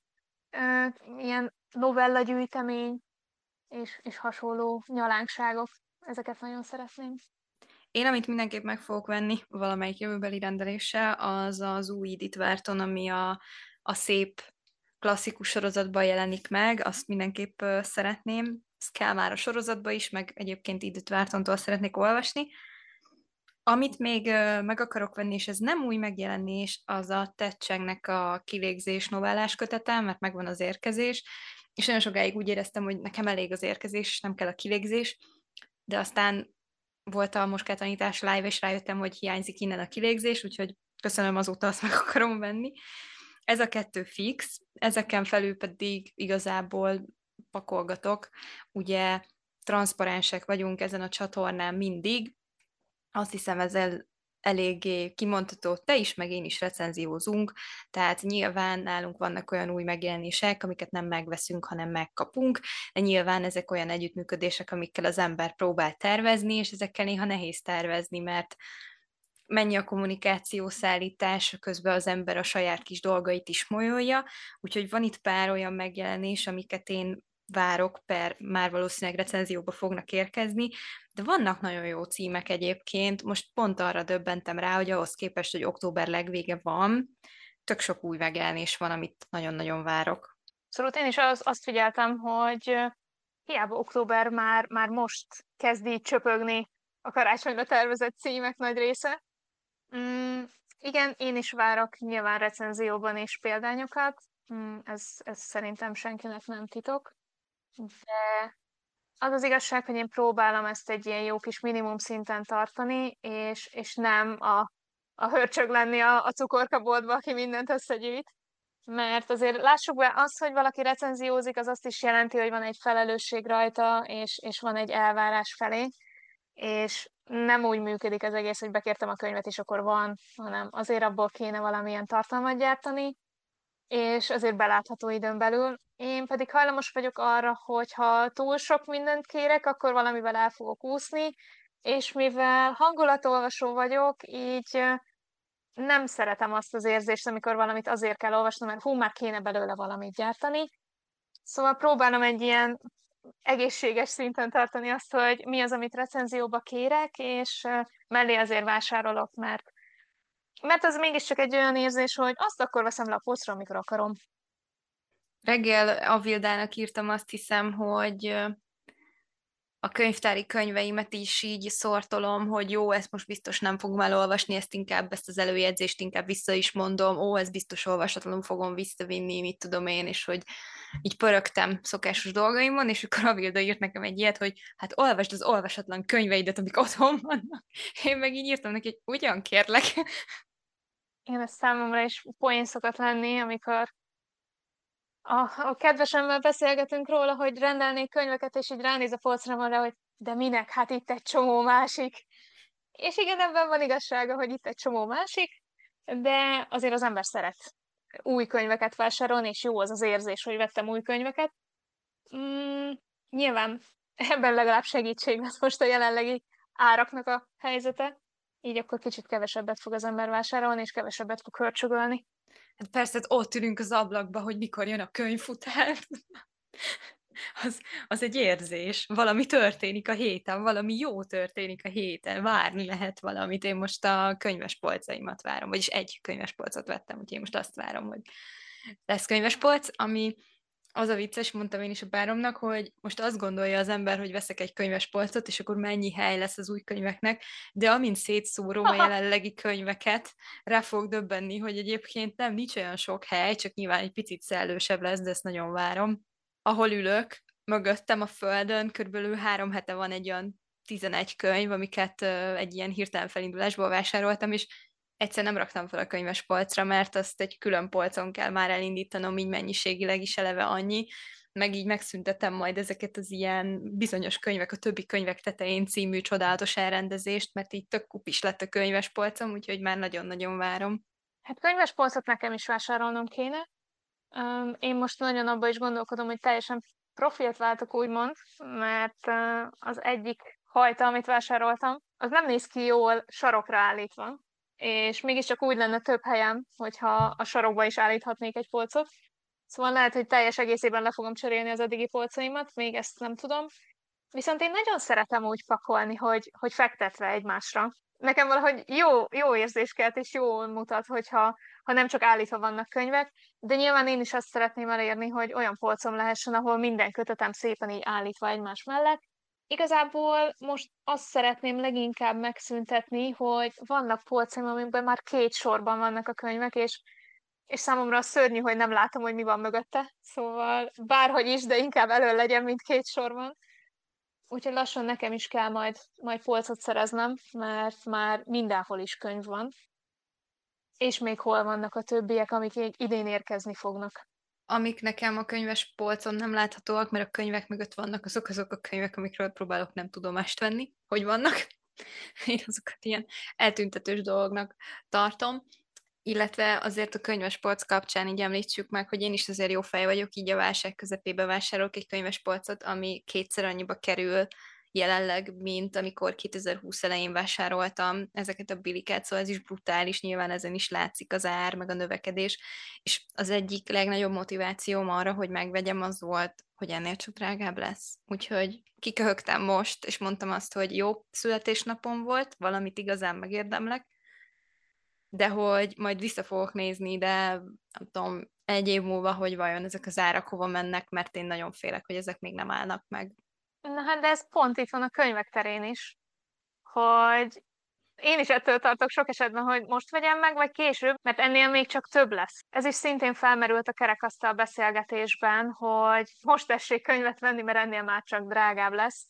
[SPEAKER 2] ilyen novella gyűjtemény, és, és hasonló nyalánkságok. Ezeket nagyon szeretném.
[SPEAKER 1] Én, amit mindenképp meg fogok venni valamelyik jövőbeli rendeléssel, az az új Edith Wharton, ami a, a szép klasszikus sorozatban jelenik meg, azt mindenképp uh, szeretném. Ez kell már a sorozatba is, meg egyébként Edith Whartontól szeretnék olvasni. Amit még uh, meg akarok venni, és ez nem új megjelenés, az a Ted Chiangnek a Kilégzés novellás kötete, mert megvan az érkezés, és nagyon sokáig úgy éreztem, hogy nekem elég az érkezés, nem kell a kilégzés, de aztán volt a moskátanítás live, és rájöttem, hogy hiányzik innen a kilégzés, úgyhogy köszönöm, azóta azt meg akarom venni. Ez a kettő fix, ezeken felül pedig igazából pakolgatok. Ugye transzparensek vagyunk ezen a csatornán mindig, azt hiszem ezzel eléggé kimondható, te is, meg én is recenziózunk, tehát nyilván nálunk vannak olyan új megjelenések, amiket nem megveszünk, hanem megkapunk, de nyilván ezek olyan együttműködések, amikkel az ember próbál tervezni, és ezekkel néha nehéz tervezni, mert mennyi a kommunikáció szállítás, közben az ember a saját kis dolgait is molyolja, úgyhogy van itt pár olyan megjelenés, amiket én várok, per már valószínűleg recenzióba fognak érkezni, de vannak nagyon jó címek egyébként. Most pont arra döbbentem rá, hogy ahhoz képest, hogy október legvége van, tök sok új megjelenés van, amit nagyon-nagyon várok.
[SPEAKER 2] Szóval én is az, azt figyeltem, hogy hiába október már, már most kezd így csöpögni a karácsonyra tervezett címek nagy része. Mm, igen, én is várok nyilván recenzióban és példányokat, mm, ez, ez szerintem senkinek nem titok, de az az igazság, hogy én próbálom ezt egy ilyen jó kis minimum szinten tartani, és, és nem a, a hörcsög lenni a, a cukorkaboltba, aki mindent összegyűjt. Mert azért lássuk be, az, hogy valaki recenziózik, az azt is jelenti, hogy van egy felelősség rajta, és, és van egy elvárás felé, és nem úgy működik az egész, hogy bekértem a könyvet, és akkor van, hanem azért abból kéne valamilyen tartalmat gyártani, és azért belátható időn belül. Én pedig hajlamos vagyok arra, hogy ha túl sok mindent kérek, akkor valamivel el fogok úszni, és mivel hangulatolvasó vagyok, így nem szeretem azt az érzést, amikor valamit azért kell olvasnom, mert hú, már kéne belőle valamit gyártani. Szóval próbálom egy ilyen egészséges szinten tartani azt, hogy mi az, amit recenzióba kérek, és mellé azért vásárolok, mert, mert az mégiscsak egy olyan érzés, hogy azt akkor veszem le a polcra, amikor akarom.
[SPEAKER 1] Reggel a Vildának írtam, azt hiszem, hogy a könyvtári könyveimet is így szortolom, hogy jó, ezt most biztos nem fogom elolvasni, ezt inkább, ezt az előjegyzést inkább vissza is mondom, ó, ez biztos olvasatlanul fogom visszavinni, mit tudom én, és hogy így pörögtem szokásos dolgaimon, és akkor a Vilda írt nekem egy ilyet, hogy hát olvasd az olvasatlan könyveidet, amik otthon vannak. Én meg így írtam neki, hogy ugyan kérlek.
[SPEAKER 2] Én ez számomra is poén szokott lenni, amikor a, a kedvesemmel beszélgetünk róla, hogy rendelnék könyveket, és így ránéz a polcra arra, hogy de minek, hát itt egy csomó másik. És igen, ebben van igazsága, hogy itt egy csomó másik, de azért az ember szeret új könyveket vásárolni, és jó az az érzés, hogy vettem új könyveket. Mm, nyilván ebben legalább segítség lesz most a jelenlegi áraknak a helyzete, így akkor kicsit kevesebbet fog az ember vásárolni, és kevesebbet fog hörcsögölni.
[SPEAKER 1] Hát persze, hát ott ülünk az ablakba, hogy mikor jön a könyvfutár. Az, az egy érzés. Valami történik a héten, valami jó történik a héten. Várni lehet valamit. Én most a könyvespolcaimat várom, vagyis egy könyvespolcot vettem, úgyhogy én most azt várom, hogy lesz könyvespolc, ami az a vicces, mondtam én is a páromnak, hogy most azt gondolja az ember, hogy veszek egy könyvespolcot, és akkor mennyi hely lesz az új könyveknek, de amint szétszórom a jelenlegi könyveket, rá fog döbbenni, hogy egyébként nem, nincs olyan sok hely, csak nyilván egy picit szellősebb lesz, de ezt nagyon várom. Ahol ülök, mögöttem a földön, körülbelül három hete van egy olyan tizenegy könyv, amiket egy ilyen hirtelen felindulásból vásároltam, és egyszer nem raktam fel a könyves polcra, mert azt egy külön polcon kell már elindítanom, így mennyiségileg is eleve annyi, meg így megszüntetem majd ezeket az ilyen bizonyos könyvek, a többi könyvek tetején című csodálatos elrendezést, mert így tök kupis lett a könyves polcom, úgyhogy már nagyon-nagyon várom.
[SPEAKER 2] Hát könyves polcot nekem is vásárolnom kéne. Én most nagyon abban is gondolkodom, hogy teljesen profilt váltok, úgymond, mert az egyik hajta, amit vásároltam, az nem néz ki jól sarokra állítva, és mégiscsak úgy lenne több helyem, hogyha a sarokba is állíthatnék egy polcot. Szóval lehet, hogy teljes egészében le fogom cserélni az eddigi polcaimat, még ezt nem tudom. Viszont én nagyon szeretem úgy pakolni, hogy, hogy fektetve egymásra. Nekem valahogy jó, jó érzés kelt, és jól mutat, hogyha ha nem csak állítva vannak könyvek, de nyilván én is azt szeretném elérni, hogy olyan polcom lehessen, ahol minden kötetem szépen így állítva egymás mellett. Igazából most azt szeretném leginkább megszüntetni, hogy vannak polcaim, amikben már két sorban vannak a könyvek, és, és számomra az szörnyű, hogy nem látom, hogy mi van mögötte. Szóval bárhogy is, de inkább elől legyen, mint két sorban. Úgyhogy lassan nekem is kell majd, majd polcot szereznem, mert már mindenhol is könyv van. És még hol vannak a többiek, amik idén érkezni fognak.
[SPEAKER 1] Amik nekem a könyves polcon nem láthatóak, mert a könyvek mögött vannak, azok azok a könyvek, amikről próbálok nem tudomást venni, hogy vannak. Én azokat ilyen eltüntetős dolognak tartom. Illetve azért a könyves polc kapcsán így említsük meg, hogy én is azért jó fej vagyok, így a válság közepébe vásárolok egy könyves polcot, ami kétszer annyiba kerül jelenleg, mint amikor kétezer-húsz elején vásároltam ezeket a biliket, szóval ez is brutális, nyilván ezen is látszik az ár, meg a növekedés, és az egyik legnagyobb motivációm arra, hogy megvegyem, az volt, hogy ennél csak drágább lesz. Úgyhogy kiköhögtem most, és mondtam azt, hogy jó, születésnapom volt, valamit igazán megérdemlek, de hogy majd vissza fogok nézni, de nem tudom, egy év múlva, hogy vajon ezek az árak hova mennek, mert én nagyon félek, hogy ezek még nem állnak meg.
[SPEAKER 2] Na hát, de ez pont itt van a könyvek terén is, hogy én is ettől tartok sok esetben, hogy most vegyem meg, vagy később, mert ennél még csak több lesz. Ez is szintén felmerült a kerekasztal beszélgetésben, hogy most tessék könyvet venni, mert ennél már csak drágább lesz.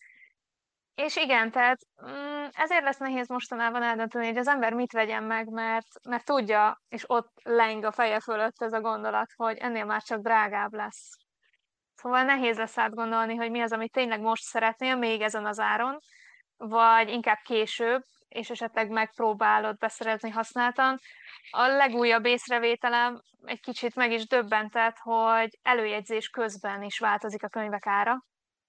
[SPEAKER 2] És igen, tehát mm, ezért lesz nehéz mostanában eldönteni, hogy az ember mit vegyen meg, mert, mert tudja, és ott leng a feje fölött ez a gondolat, hogy ennél már csak drágább lesz. Szóval nehéz lesz átgondolni, hogy mi az, amit tényleg most szeretnél, még ezen az áron, vagy inkább később, és esetleg megpróbálod beszerezni használtan. A legújabb észrevételem egy kicsit meg is döbbentett, hogy előjegyzés közben is változik a könyvek ára,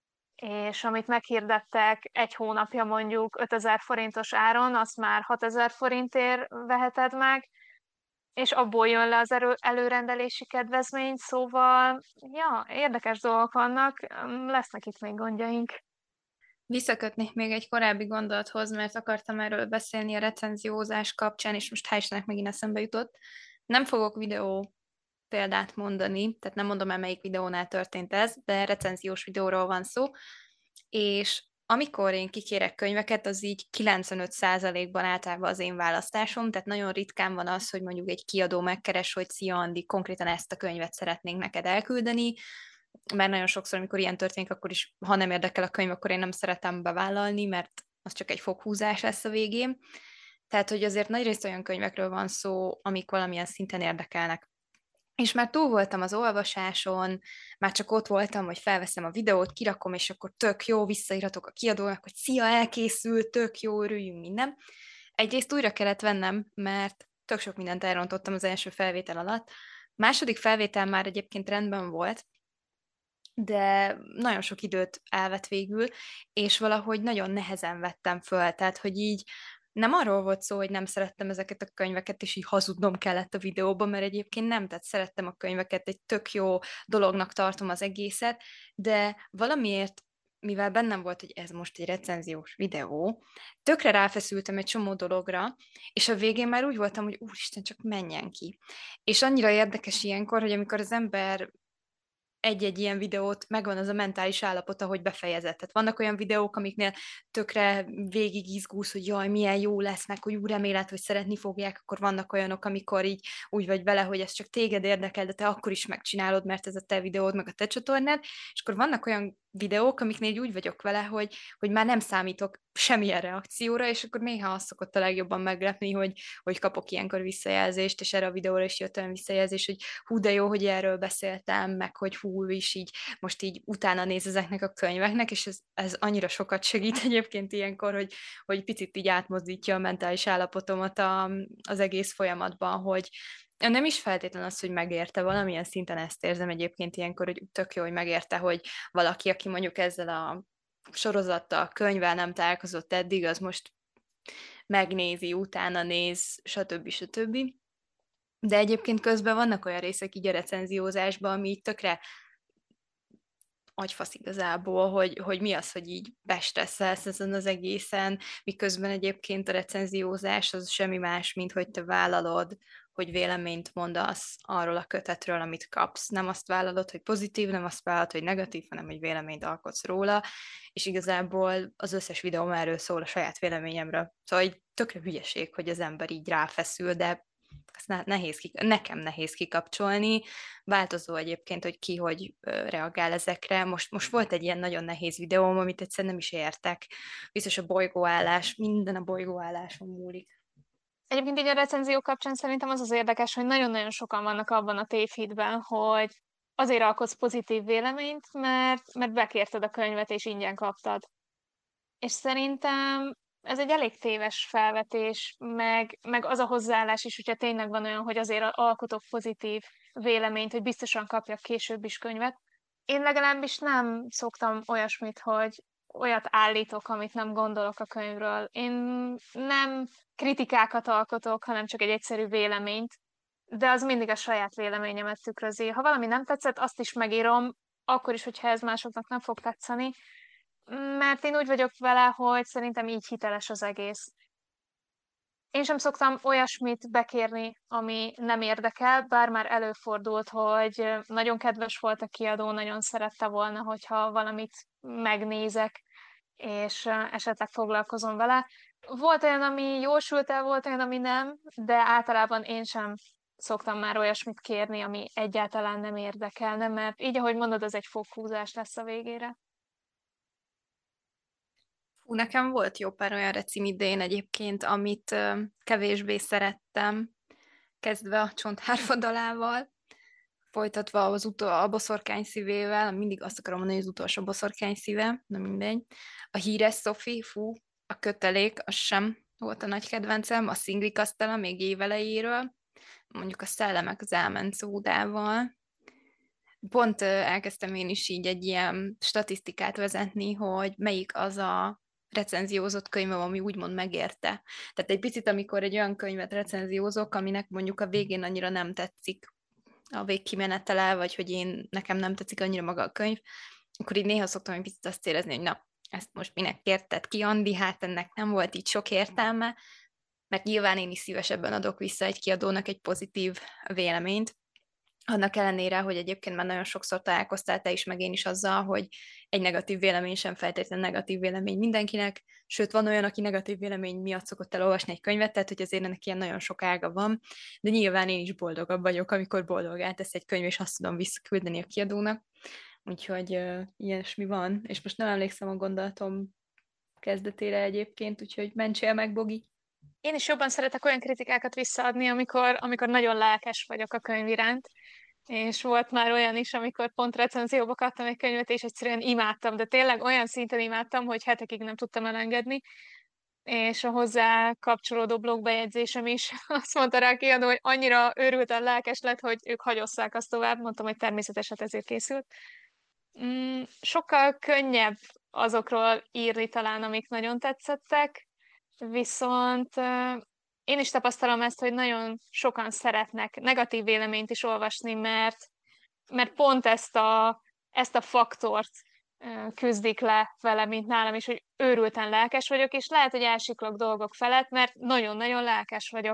[SPEAKER 2] és amit meghirdettek egy hónapja mondjuk ötezer forintos áron, azt már hatezer forintért veheted meg, és abból jön le az erő, előrendelési kedvezmény, szóval, ja, érdekes dolgok vannak, lesznek itt még gondjaink.
[SPEAKER 1] Visszakötnék még egy korábbi gondolathoz, mert akartam erről beszélni a recenziózás kapcsán, és most hál' Istennek megint eszembe jutott. Nem fogok videó példát mondani, tehát nem mondom el, melyik videónál történt ez, de recenziós videóról van szó, és amikor én kikérek könyveket, az így kilencvenöt százalékban általában az én választásom, tehát nagyon ritkán van az, hogy mondjuk egy kiadó megkeres, hogy szia Andi, konkrétan ezt a könyvet szeretnénk neked elküldeni, mert nagyon sokszor, amikor ilyen történik, akkor is, ha nem érdekel a könyv, akkor én nem szeretem bevállalni, mert az csak egy foghúzás lesz a végén. Tehát, hogy azért nagyrészt olyan könyvekről van szó, amik valamilyen szinten érdekelnek. És már túl voltam az olvasáson, már csak ott voltam, hogy felveszem a videót, kirakom, és akkor tök jó, visszairatok a kiadónak, hogy szia, elkészült, tök jó, örüljünk, minden. Egyrészt újra kellett vennem, mert tök sok mindent elrontottam az első felvétel alatt. Második felvétel már egyébként rendben volt, de nagyon sok időt elvett végül, és valahogy nagyon nehezen vettem föl, tehát hogy így nem arról volt szó, hogy nem szerettem ezeket a könyveket, és így hazudnom kellett a videóban, mert egyébként nem, tehát szerettem a könyveket, egy tök jó dolognak tartom az egészet, de valamiért, mivel bennem volt, hogy ez most egy recenziós videó, tökre ráfeszültem egy csomó dologra, és a végén már úgy voltam, hogy úristen, csak menjen ki. És annyira érdekes ilyenkor, hogy amikor az ember egy-egy ilyen videót megvan az a mentális állapota, hogy befejezett. Tehát vannak olyan videók, amiknél tökre végig izgulsz, hogy jaj, milyen jó lesznek, hogy úgy remélet, hogy szeretni fogják, akkor vannak olyanok, amikor így úgy vagy vele, hogy ez csak téged érdekel, de te akkor is megcsinálod, mert ez a te videód, meg a te csatornád, és akkor vannak olyan videók, amiknél így úgy vagyok vele, hogy, hogy már nem számítok semmilyen reakcióra, és akkor néha azt szokott a legjobban meglepni, hogy, hogy kapok ilyenkor visszajelzést, és erre a videóra is jött olyan visszajelzés, hogy hú, de jó, hogy erről beszéltem, meg hogy hú, is így most így utána néz ezeknek a könyveknek, és ez, ez annyira sokat segít egyébként ilyenkor, hogy, hogy picit így átmozdítja a mentális állapotomat a, az egész folyamatban, hogy, nem is feltétlen az, hogy megérte, valamilyen szinten ezt érzem egyébként ilyenkor, hogy tök jó, hogy megérte, hogy valaki, aki mondjuk ezzel a sorozattal, könyvvel nem találkozott eddig, az most megnézi, utána néz, stb. stb. De egyébként közben vannak olyan részek így a recenziózásban, ami így tökre agyfasz igazából, hogy, hogy mi az, hogy így bestresszelsz ezen az egészen, miközben egyébként a recenziózás az semmi más, mint hogy te vállalod, hogy véleményt mondasz arról a kötetről, amit kapsz. Nem azt vállalod, hogy pozitív, nem azt vállalod, hogy negatív, hanem hogy véleményt alkotsz róla, és igazából az összes videóm erről szól, a saját véleményemről. Szóval egy tökre hülyeség, hogy az ember így ráfeszül, de ezt nehéz kik- nekem nehéz kikapcsolni. Változó egyébként, hogy ki hogy reagál ezekre. Most, most volt egy ilyen nagyon nehéz videóm, amit egyszerűen nem is értek. Biztos a bolygóállás, minden a bolygóálláson múlik.
[SPEAKER 2] Egyébként így a recenzió kapcsán szerintem az az érdekes, hogy nagyon-nagyon sokan vannak abban a tévhitben, hogy azért alkotsz pozitív véleményt, mert, mert bekérted a könyvet és ingyen kaptad. És szerintem ez egy elég téves felvetés, meg, meg az a hozzáállás is, hogyha tényleg van olyan, hogy azért alkotok pozitív véleményt, hogy biztosan kapjak később is könyvet. Én legalábbis nem szoktam olyasmit, hogy olyat állítok, amit nem gondolok a könyvről. Én nem kritikákat alkotok, hanem csak egy egyszerű véleményt, de az mindig a saját véleményemet tükrözi. Ha valami nem tetszett, azt is megírom, akkor is, hogyha ez másoknak nem fog tetszeni, mert én úgy vagyok vele, hogy szerintem így hiteles az egész. Én sem szoktam olyasmit bekérni, ami nem érdekel, bár már előfordult, hogy nagyon kedves volt a kiadó, nagyon szerette volna, hogyha valamit megnézek, és esetleg foglalkozom vele. Volt olyan, ami jósult el, volt olyan, ami nem, de általában én sem szoktam már olyasmit kérni, ami egyáltalán nem érdekelne, mert így, ahogy mondod, az egy foghúzás lesz a végére.
[SPEAKER 1] Fú, nekem volt jó pár olyan recim idén egyébként, amit ö, kevésbé szerettem, kezdve a csontárvadalával, folytatva az utol, a boszorkány szívével, mindig azt akarom mondani, hogy az utolsó boszorkány szíve, na mindegy. A híres Sophie, fú, a kötelék, az sem volt a nagy kedvencem, a Szingli Kasztella még évelejéről, mondjuk a Szellemek az elment szódával. Pont ö, elkezdtem én is így egy ilyen statisztikát vezetni, hogy melyik az a recenziózott könyvem, ami úgymond megérte. Tehát egy picit, amikor egy olyan könyvet recenziózok, aminek mondjuk a végén annyira nem tetszik a végkimenetele, vagy hogy én nekem nem tetszik annyira maga a könyv, akkor így néha szoktam egy picit azt érezni, hogy na, ezt most minek kérted ki, Andi, hát ennek nem volt így sok értelme, mert nyilván én is szívesebben adok vissza egy kiadónak egy pozitív véleményt, annak ellenére, hogy egyébként már nagyon sokszor találkoztál te is, meg én is azzal, hogy egy negatív vélemény sem feltétlenül negatív vélemény mindenkinek, sőt van olyan, aki negatív vélemény miatt szokott elolvasni egy könyvet, tehát hogy azért ennek ilyen nagyon sok ága van, de nyilván én is boldogabb vagyok, amikor boldogá tesz egy könyv, és azt tudom visszaküldeni a kiadónak, úgyhogy uh, ilyesmi van, és most nem emlékszem a gondolatom kezdetére egyébként, úgyhogy mentsél meg, Bogi!
[SPEAKER 2] Én is jobban szeretek olyan kritikákat visszaadni, amikor, amikor nagyon lelkes vagyok a könyv iránt, és volt már olyan is, amikor pont recenzióba kaptam egy könyvet, és egyszerűen imádtam, de tényleg olyan szinten imádtam, hogy hetekig nem tudtam elengedni, és a hozzá kapcsolódó blogbejegyzésem is azt mondta rá a kiadó, hogy annyira őrülten lelkes lett, hogy ők hagyosszák azt tovább, mondtam, hogy természetesen ezért készült. Mm, sokkal könnyebb azokról írni talán, amik nagyon tetszettek, viszont én is tapasztalom ezt, hogy nagyon sokan szeretnek negatív véleményt is olvasni, mert, mert pont ezt a, ezt a faktort küzdik le vele, mint nálam is, hogy őrülten lelkes vagyok, és lehet, hogy elsiklok dolgok felett, mert nagyon-nagyon lelkes vagyok.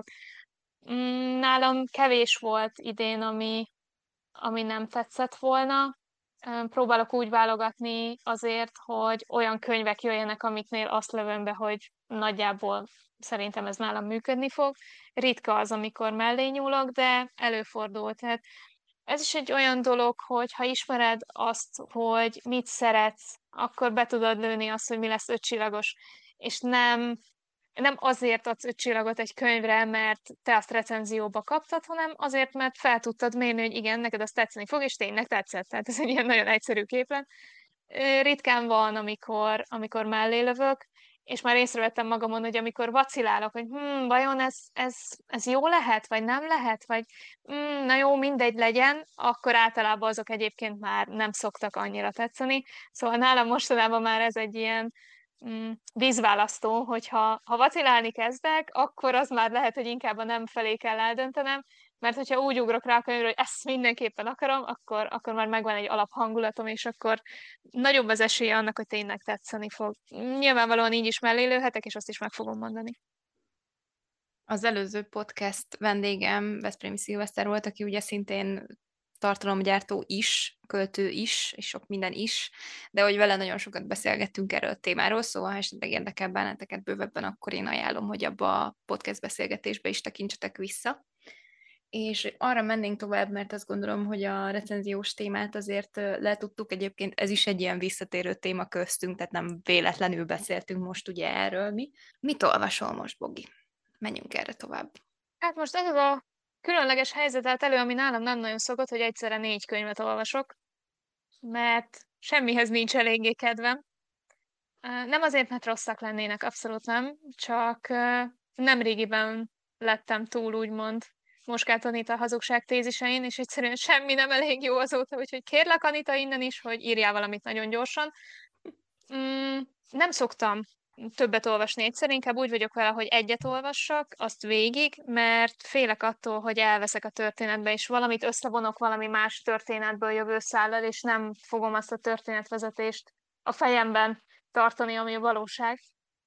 [SPEAKER 2] Mm, nálam kevés volt idén, ami, ami nem tetszett volna. Próbálok úgy válogatni azért, hogy olyan könyvek jöjjenek, amiknél azt lövöm be, hogy nagyjából szerintem ez nálam működni fog. Ritka az, amikor mellé nyúlok, de előfordul. Tehát Ez is egy olyan dolog, hogy ha ismered azt, hogy mit szeretsz, akkor be tudod lőni azt, hogy mi lesz ötcsillagos, és nem, nem azért adsz öt csillagot egy könyvre, mert te azt recenzióba kaptad, hanem azért, mert fel tudtad mérni, hogy igen, neked azt tetszeni fog, és tényleg tetszett. Tehát ez egy ilyen nagyon egyszerű képlet. Ritkán van, amikor, amikor mellé lövök, és már észrevettem magamon, hogy amikor vacilálok, hogy hm, vajon ez, ez, ez jó lehet, vagy nem lehet, vagy hm, na jó, mindegy legyen, akkor általában azok egyébként már nem szoktak annyira tetszeni. Szóval nálam mostanában már ez egy ilyen mm, vízválasztó, hogyha ha vacilálni kezdek, akkor az már lehet, hogy inkább a nem felé kell eldöntenem, mert hogyha úgy ugrok rá a könyvre, hogy ezt mindenképpen akarom, akkor, akkor már megvan egy alaphangulatom, és akkor nagyobb az esélye annak, hogy tényleg tetszeni fog. Nyilvánvalóan így is mellé lőhetek, és azt is meg fogom mondani.
[SPEAKER 1] Az előző podcast vendégem Veszprémi Szilveszter volt, aki ugye szintén tartalomgyártó is, költő is, és sok minden is, de hogy vele nagyon sokat beszélgettünk erről a témáról, szóval ha esetleg érdekel benneteket bővebben, akkor én ajánlom, hogy abba a podcast beszélgetésbe is tekintsetek vissza. És arra mennénk tovább, mert azt gondolom, hogy a recenziós témát azért letudtuk. Egyébként ez is egy ilyen visszatérő téma köztünk, tehát nem véletlenül beszéltünk most ugye erről mi. Mit olvasol most, Bogi? Menjünk erre tovább.
[SPEAKER 2] Hát most ez az a különleges helyzet állt elő, ami nálam nem nagyon szokott, hogy egyszerre négy könyvet olvasok, mert semmihez nincs eléggé kedvem. Nem azért, mert rosszak lennének, abszolút nem, csak nem régiben lettem túl, úgymond, Moskát Anita hazugság tézisein, és egyszerűen semmi nem elég jó azóta, úgyhogy kérlek Anita innen is, hogy írjál valamit nagyon gyorsan. Mm, nem szoktam többet olvasni egyszer, inkább úgy vagyok vele, hogy egyet olvassak, azt végig, mert félek attól, hogy elveszek a történetbe, és valamit összevonok valami más történetből jövő szállal, és nem fogom azt a történetvezetést a fejemben tartani, ami a valóság.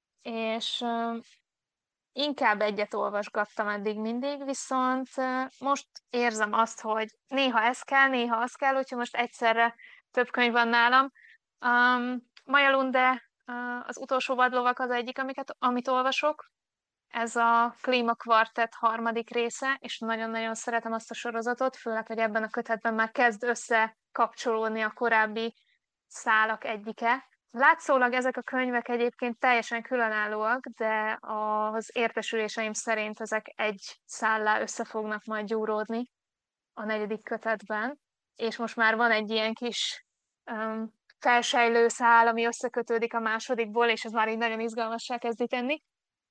[SPEAKER 2] És uh, inkább egyet olvasgattam eddig mindig, viszont uh, most érzem azt, hogy néha ez kell, néha az kell, hogyha most egyszerre több könyv van nálam. Um, Maja Lunde, uh, az utolsó vadlovak az egyik, amiket, amit olvasok. Ez a Klíma Kvartett harmadik része, és nagyon-nagyon szeretem azt a sorozatot, főleg, hogy ebben a kötetben már kezd összekapcsolódni a korábbi szálak egyike. Látszólag ezek a könyvek egyébként teljesen különállóak, de az értesüléseim szerint ezek egy szállá össze fognak majd gyúródni a negyedik kötetben, és most már van egy ilyen kis um, felsejlő szál, ami összekötődik a másodikból, és ez már így nagyon izgalmassá kezdi tenni.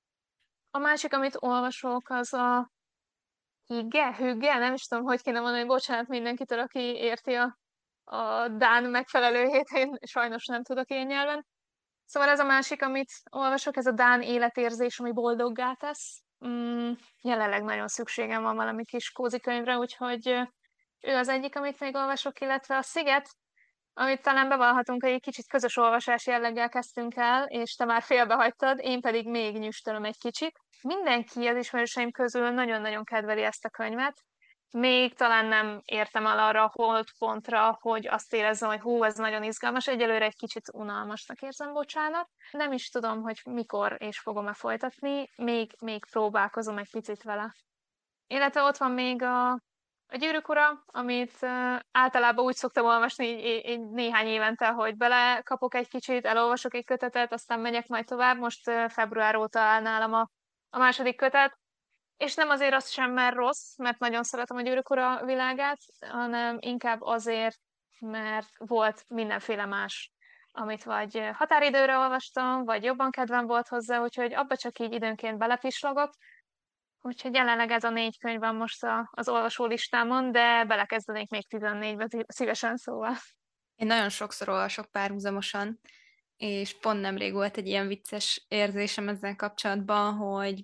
[SPEAKER 2] A másik, amit olvasok, az a higge, hügge, nem is tudom, hogy kéne mondani, bocsánat mindenkitől, aki érti a, a Dán megfelelőjét, én sajnos nem tudok ilyen nyelven. Szóval ez a másik, amit olvasok, ez a Dán életérzés, ami boldoggá tesz. Mm, jelenleg nagyon szükségem van valami kis kózikönyvre, úgyhogy ő az egyik, amit még olvasok, illetve a Sziget, amit talán bevallhatunk, hogy egy kicsit közös olvasás jelleggel kezdtünk el, és te már félbehagytad, én pedig még nyüstölöm egy kicsit. Mindenki az ismerőseim közül nagyon-nagyon kedveli ezt a könyvet. Még talán nem értem el arra a holdpontra, hogy azt érezzem, hogy hú, ez nagyon izgalmas. Egyelőre egy kicsit unalmasnak érzem, bocsánat. Nem is tudom, hogy mikor és fogom-e folytatni, még, még próbálkozom egy picit vele. Illetve ott van még a a Gyűrűk ura, amit uh, általában úgy szoktam olvasni így, így néhány évente, hogy belekapok egy kicsit, elolvasok egy kötetet, aztán megyek majd tovább. Most uh, február óta áll nálam a, a második kötet, és nem azért az sem, mert rossz, mert nagyon szeretem a Gyűrűk ura világát, hanem inkább azért, mert volt mindenféle más, amit vagy határidőre olvastam, vagy jobban kedvem volt hozzá, úgyhogy abba csak így időnként belepislogok. Úgyhogy jelenleg ez a négy könyv van most a, az olvasó listámon, de belekezdenék még tizennégybe szívesen, szóval.
[SPEAKER 1] Én nagyon sokszor olvasok párhuzamosan, és pont nemrég volt egy ilyen vicces érzésem ezzel kapcsolatban, hogy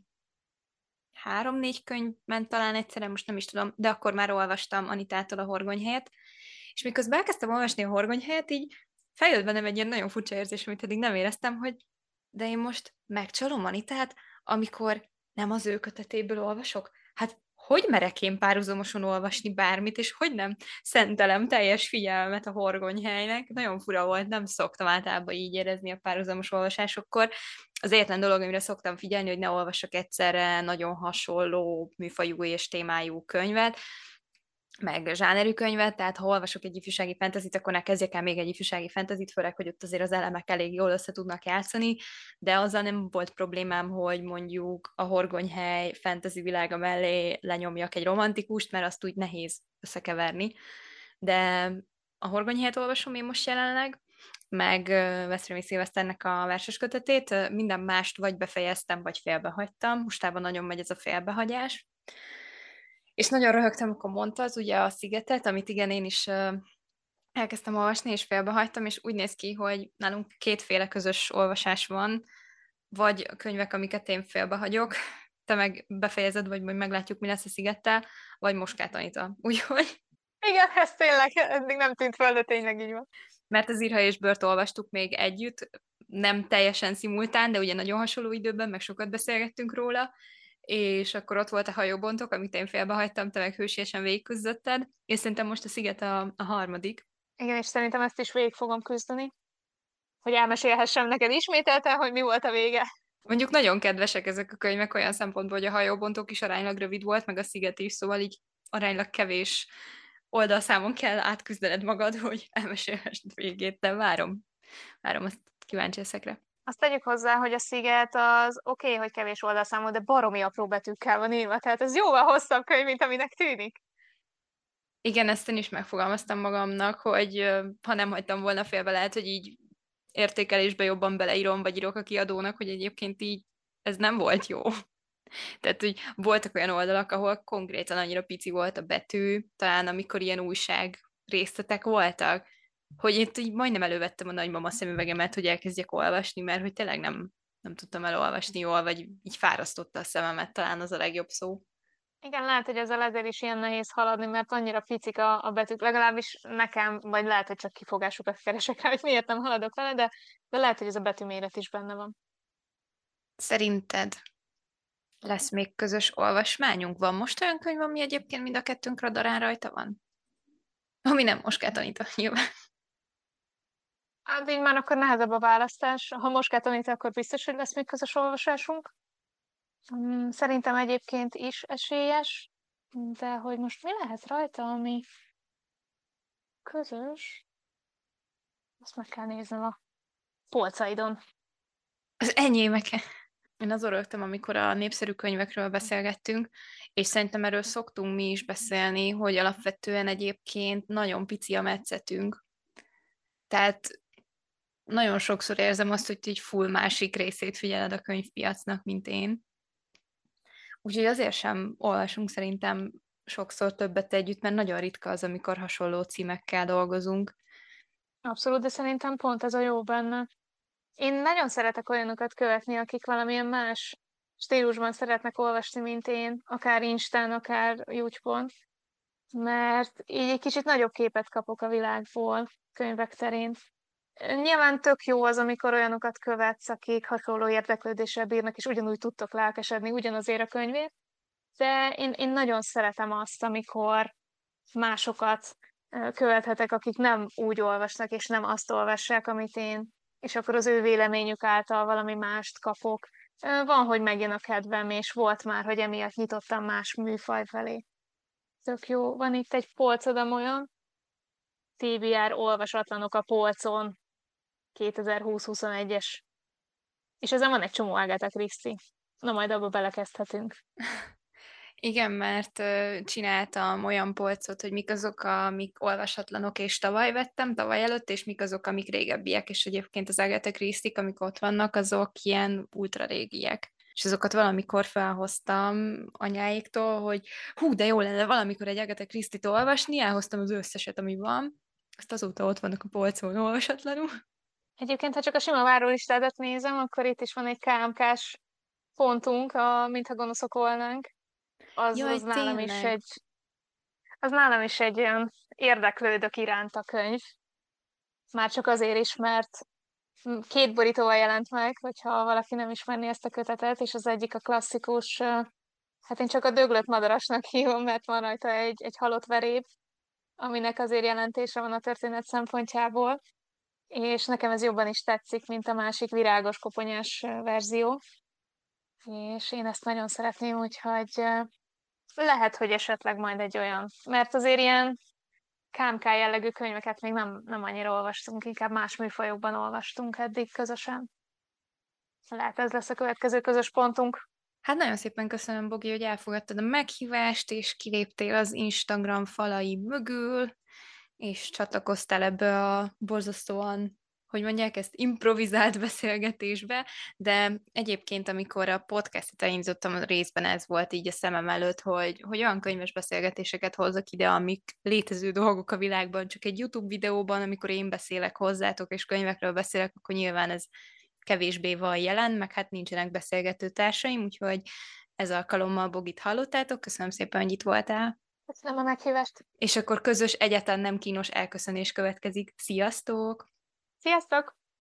[SPEAKER 1] három-négy könyv ment talán egyszerre, most nem is tudom, de akkor már olvastam Anitától a Horgonyhelyet, és miközben elkezdtem olvasni a Horgonyhelyet, így feljött bennem egy ilyen nagyon furcsa érzés, amit eddig nem éreztem, hogy de én most megcsalom Anitát, amikor nem az ő kötetéből olvasok? Hát hogy merek én párhuzamosan olvasni bármit, és hogy nem szentelem teljes figyelmet a Horgonyhelynek? Nagyon fura volt, nem szoktam általában így érezni a párhuzamos olvasásokkor. Az egyetlen dolog, amire szoktam figyelni, hogy ne olvassak egyszerre nagyon hasonló műfajú és témájú könyvet, meg zsánerű könyvet, tehát ha olvasok egy ifjúsági fentezit, akkor ne kezdjek el még egy ifjúsági fentezit, főleg, hogy ott azért az elemek elég jól össze tudnak játszani, de azzal nem volt problémám, hogy mondjuk a horgonyhely fantasy világa mellé lenyomjak egy romantikust, mert azt úgy nehéz összekeverni. De a horgonyhelyet olvasom én most jelenleg, meg Veszprémi Szilveszternek a verses kötetét, minden mást vagy befejeztem, vagy félbehagytam. Mostában nagyon megy ez a félbehagyás. És nagyon röhögtem, amikor mondtad ugye a Szigetet, amit igen, én is elkezdtem olvasni, és félbehagytam, és úgy néz ki, hogy nálunk kétféle közös olvasás van, vagy a könyvek, amiket én félbehagyok, te meg befejezed, vagy majd meglátjuk, mi lesz a Szigettel, vagy Moskát Anita. Úgyhogy...
[SPEAKER 2] Igen, ez tényleg eddig nem tűnt föl, de tényleg így van.
[SPEAKER 1] Mert az Írha és Bört olvastuk még együtt, nem teljesen szimultán, de ugye nagyon hasonló időben, meg sokat beszélgettünk róla, és akkor ott volt a hajóbontok, amit én félbehagytam, te meg hősiesen végigküzdötted, és szerintem most a Sziget a, a harmadik.
[SPEAKER 2] Igen, és szerintem ezt is végig fogom küzdeni, hogy elmesélhessem neked ismételten, hogy mi volt a vége.
[SPEAKER 1] Mondjuk nagyon kedvesek ezek a könyvek olyan szempontból, hogy a hajóbontok is aránylag rövid volt, meg a Sziget is, szóval így aránylag kevés oldalszámon kell átküzdened magad, hogy elmesélhessd végét, de várom. Várom, azt kíváncsi leszek rá.
[SPEAKER 2] Azt tegyük hozzá, hogy a Sziget az oké, okay, hogy kevés oldalszámú, de baromi apró betűkkel van írva, tehát ez jóval hosszabb könyv, mint aminek tűnik.
[SPEAKER 1] Igen, ezt én is megfogalmaztam magamnak, hogy ha nem hagytam volna félbe, lehet, hogy így értékelésbe jobban beleírom, vagy írok a kiadónak, hogy egyébként így ez nem volt jó. Tehát, hogy voltak olyan oldalak, ahol konkrétan annyira pici volt a betű, talán amikor ilyen újság részletek voltak, hogy itt így majdnem elővettem a nagymama szemüvegemet, hogy elkezdjek olvasni, mert hogy tényleg nem, nem tudtam elolvasni jól, vagy így fárasztotta a szememet, talán az a legjobb szó.
[SPEAKER 2] Igen, lehet, hogy ezzel ezért is ilyen nehéz haladni, mert annyira picik a, a betűk, legalábbis nekem, vagy lehet, hogy csak kifogásokat keresek rá, hogy miért nem haladok vele, de, de lehet, hogy ez a betűméret is benne van.
[SPEAKER 1] Szerinted lesz még közös olvasmányunk? Van most olyan könyv, ami egyébként mind a kettőnk radarán rajta van? Ami nem most kell tanítani, nyilván.
[SPEAKER 2] Hát így már akkor nehezebb a választás. Ha most kell tanítani, akkor biztos, hogy lesz még közös olvasásunk. Mm, Szerintem egyébként is esélyes, de hogy most mi lehet rajta, ami közös, azt meg kell néznem a polcaidon.
[SPEAKER 1] Az enyémek. Én az örültem, amikor a népszerű könyvekről beszélgettünk, és szerintem erről szoktunk mi is beszélni, hogy alapvetően egyébként nagyon pici a metszetünk. Tehát nagyon sokszor érzem azt, hogy így full másik részét figyeled a könyvpiacnak, mint én. Úgyhogy azért sem olvasunk szerintem sokszor többet együtt, mert nagyon ritka az, amikor hasonló címekkel dolgozunk.
[SPEAKER 2] Abszolút, de szerintem pont ez a jó benne. Én nagyon szeretek olyanokat követni, akik valamilyen más stílusban szeretnek olvasni, mint én, akár Instán, akár YouTube-on, mert így egy kicsit nagyobb képet kapok a világból könyvek terén. Nyilván tök jó az, amikor olyanokat követsz, akik hasonló érdeklődéssel bírnak, és ugyanúgy tudtok lelkesedni ugyanazért a könyvért, de én, én nagyon szeretem azt, amikor másokat követhetek, akik nem úgy olvasnak, és nem azt olvassák, amit én, és akkor az ő véleményük által valami mást kapok. Van, hogy megjön a kedvem, és volt már, hogy emiatt nyitottam más műfaj felé. Tök jó. Van itt egy polcodam olyan, té bé er olvasatlanok a polcon, kétezer-húsz-huszonegyes. És ezen van egy csomó Agatha Christie. Na, majd abba belekezdhetünk.
[SPEAKER 1] Igen, mert ö, csináltam olyan polcot, hogy mik azok, amik olvasatlanok, és tavaly vettem, tavaly előtt, és mik azok, amik régebbiek, és egyébként az Agatha Christie-k, amik ott vannak, azok ilyen ultra régiek. És azokat valamikor felhoztam anyáiktól, hogy hú, de jó lenne valamikor egy Agatha Christie-t olvasni, elhoztam az összeset, ami van, azt azóta ott vannak a polcon olvasatlanul.
[SPEAKER 2] Egyébként, ha csak a sima várólistádat nézem, akkor itt is van egy ká em ká-s pontunk, a Mintha gonoszok volnánk. Az,
[SPEAKER 1] Jaj,
[SPEAKER 2] az nálam is
[SPEAKER 1] tényleg.
[SPEAKER 2] egy, az nálam is egy olyan érdeklődök iránt a könyv. Már csak azért is, mert két borítóval jelent meg, hogyha valaki nem ismerné ezt a kötetet, és az egyik a klasszikus, hát én csak a döglött madarasnak hívom, mert van rajta egy, egy halott veréb, aminek azért jelentése van a történet szempontjából, és nekem ez jobban is tetszik, mint a másik virágos koponyás verzió, és én ezt nagyon szeretném, úgyhogy lehet, hogy esetleg majd egy olyan, mert azért ilyen ká em ká jellegű könyveket még nem, nem annyira olvastunk, inkább más műfajokban olvastunk eddig közösen. Lehet ez lesz a következő közös pontunk.
[SPEAKER 1] Hát nagyon szépen köszönöm, Bogi, hogy elfogadtad a meghívást, és kiléptél az Instagram falai mögül, és csatlakoztál ebbe a borzasztóan, hogy mondják ezt, improvizált beszélgetésbe, de egyébként, amikor a podcastet elindítottam, részben ez volt így a szemem előtt, hogy, hogy olyan könyves beszélgetéseket hozzak ide, amik létező dolgok a világban, csak egy YouTube videóban, amikor én beszélek hozzátok, és könyvekről beszélek, akkor nyilván ez kevésbé van jelen, meg hát nincsenek beszélgető társaim, úgyhogy ez alkalommal Bogit hallottátok. Köszönöm szépen, hogy itt voltál.
[SPEAKER 2] Köszönöm a meghívást.
[SPEAKER 1] És akkor közös, egyáltalán nem kínos elköszönés következik. Sziasztok!
[SPEAKER 2] Sziasztok!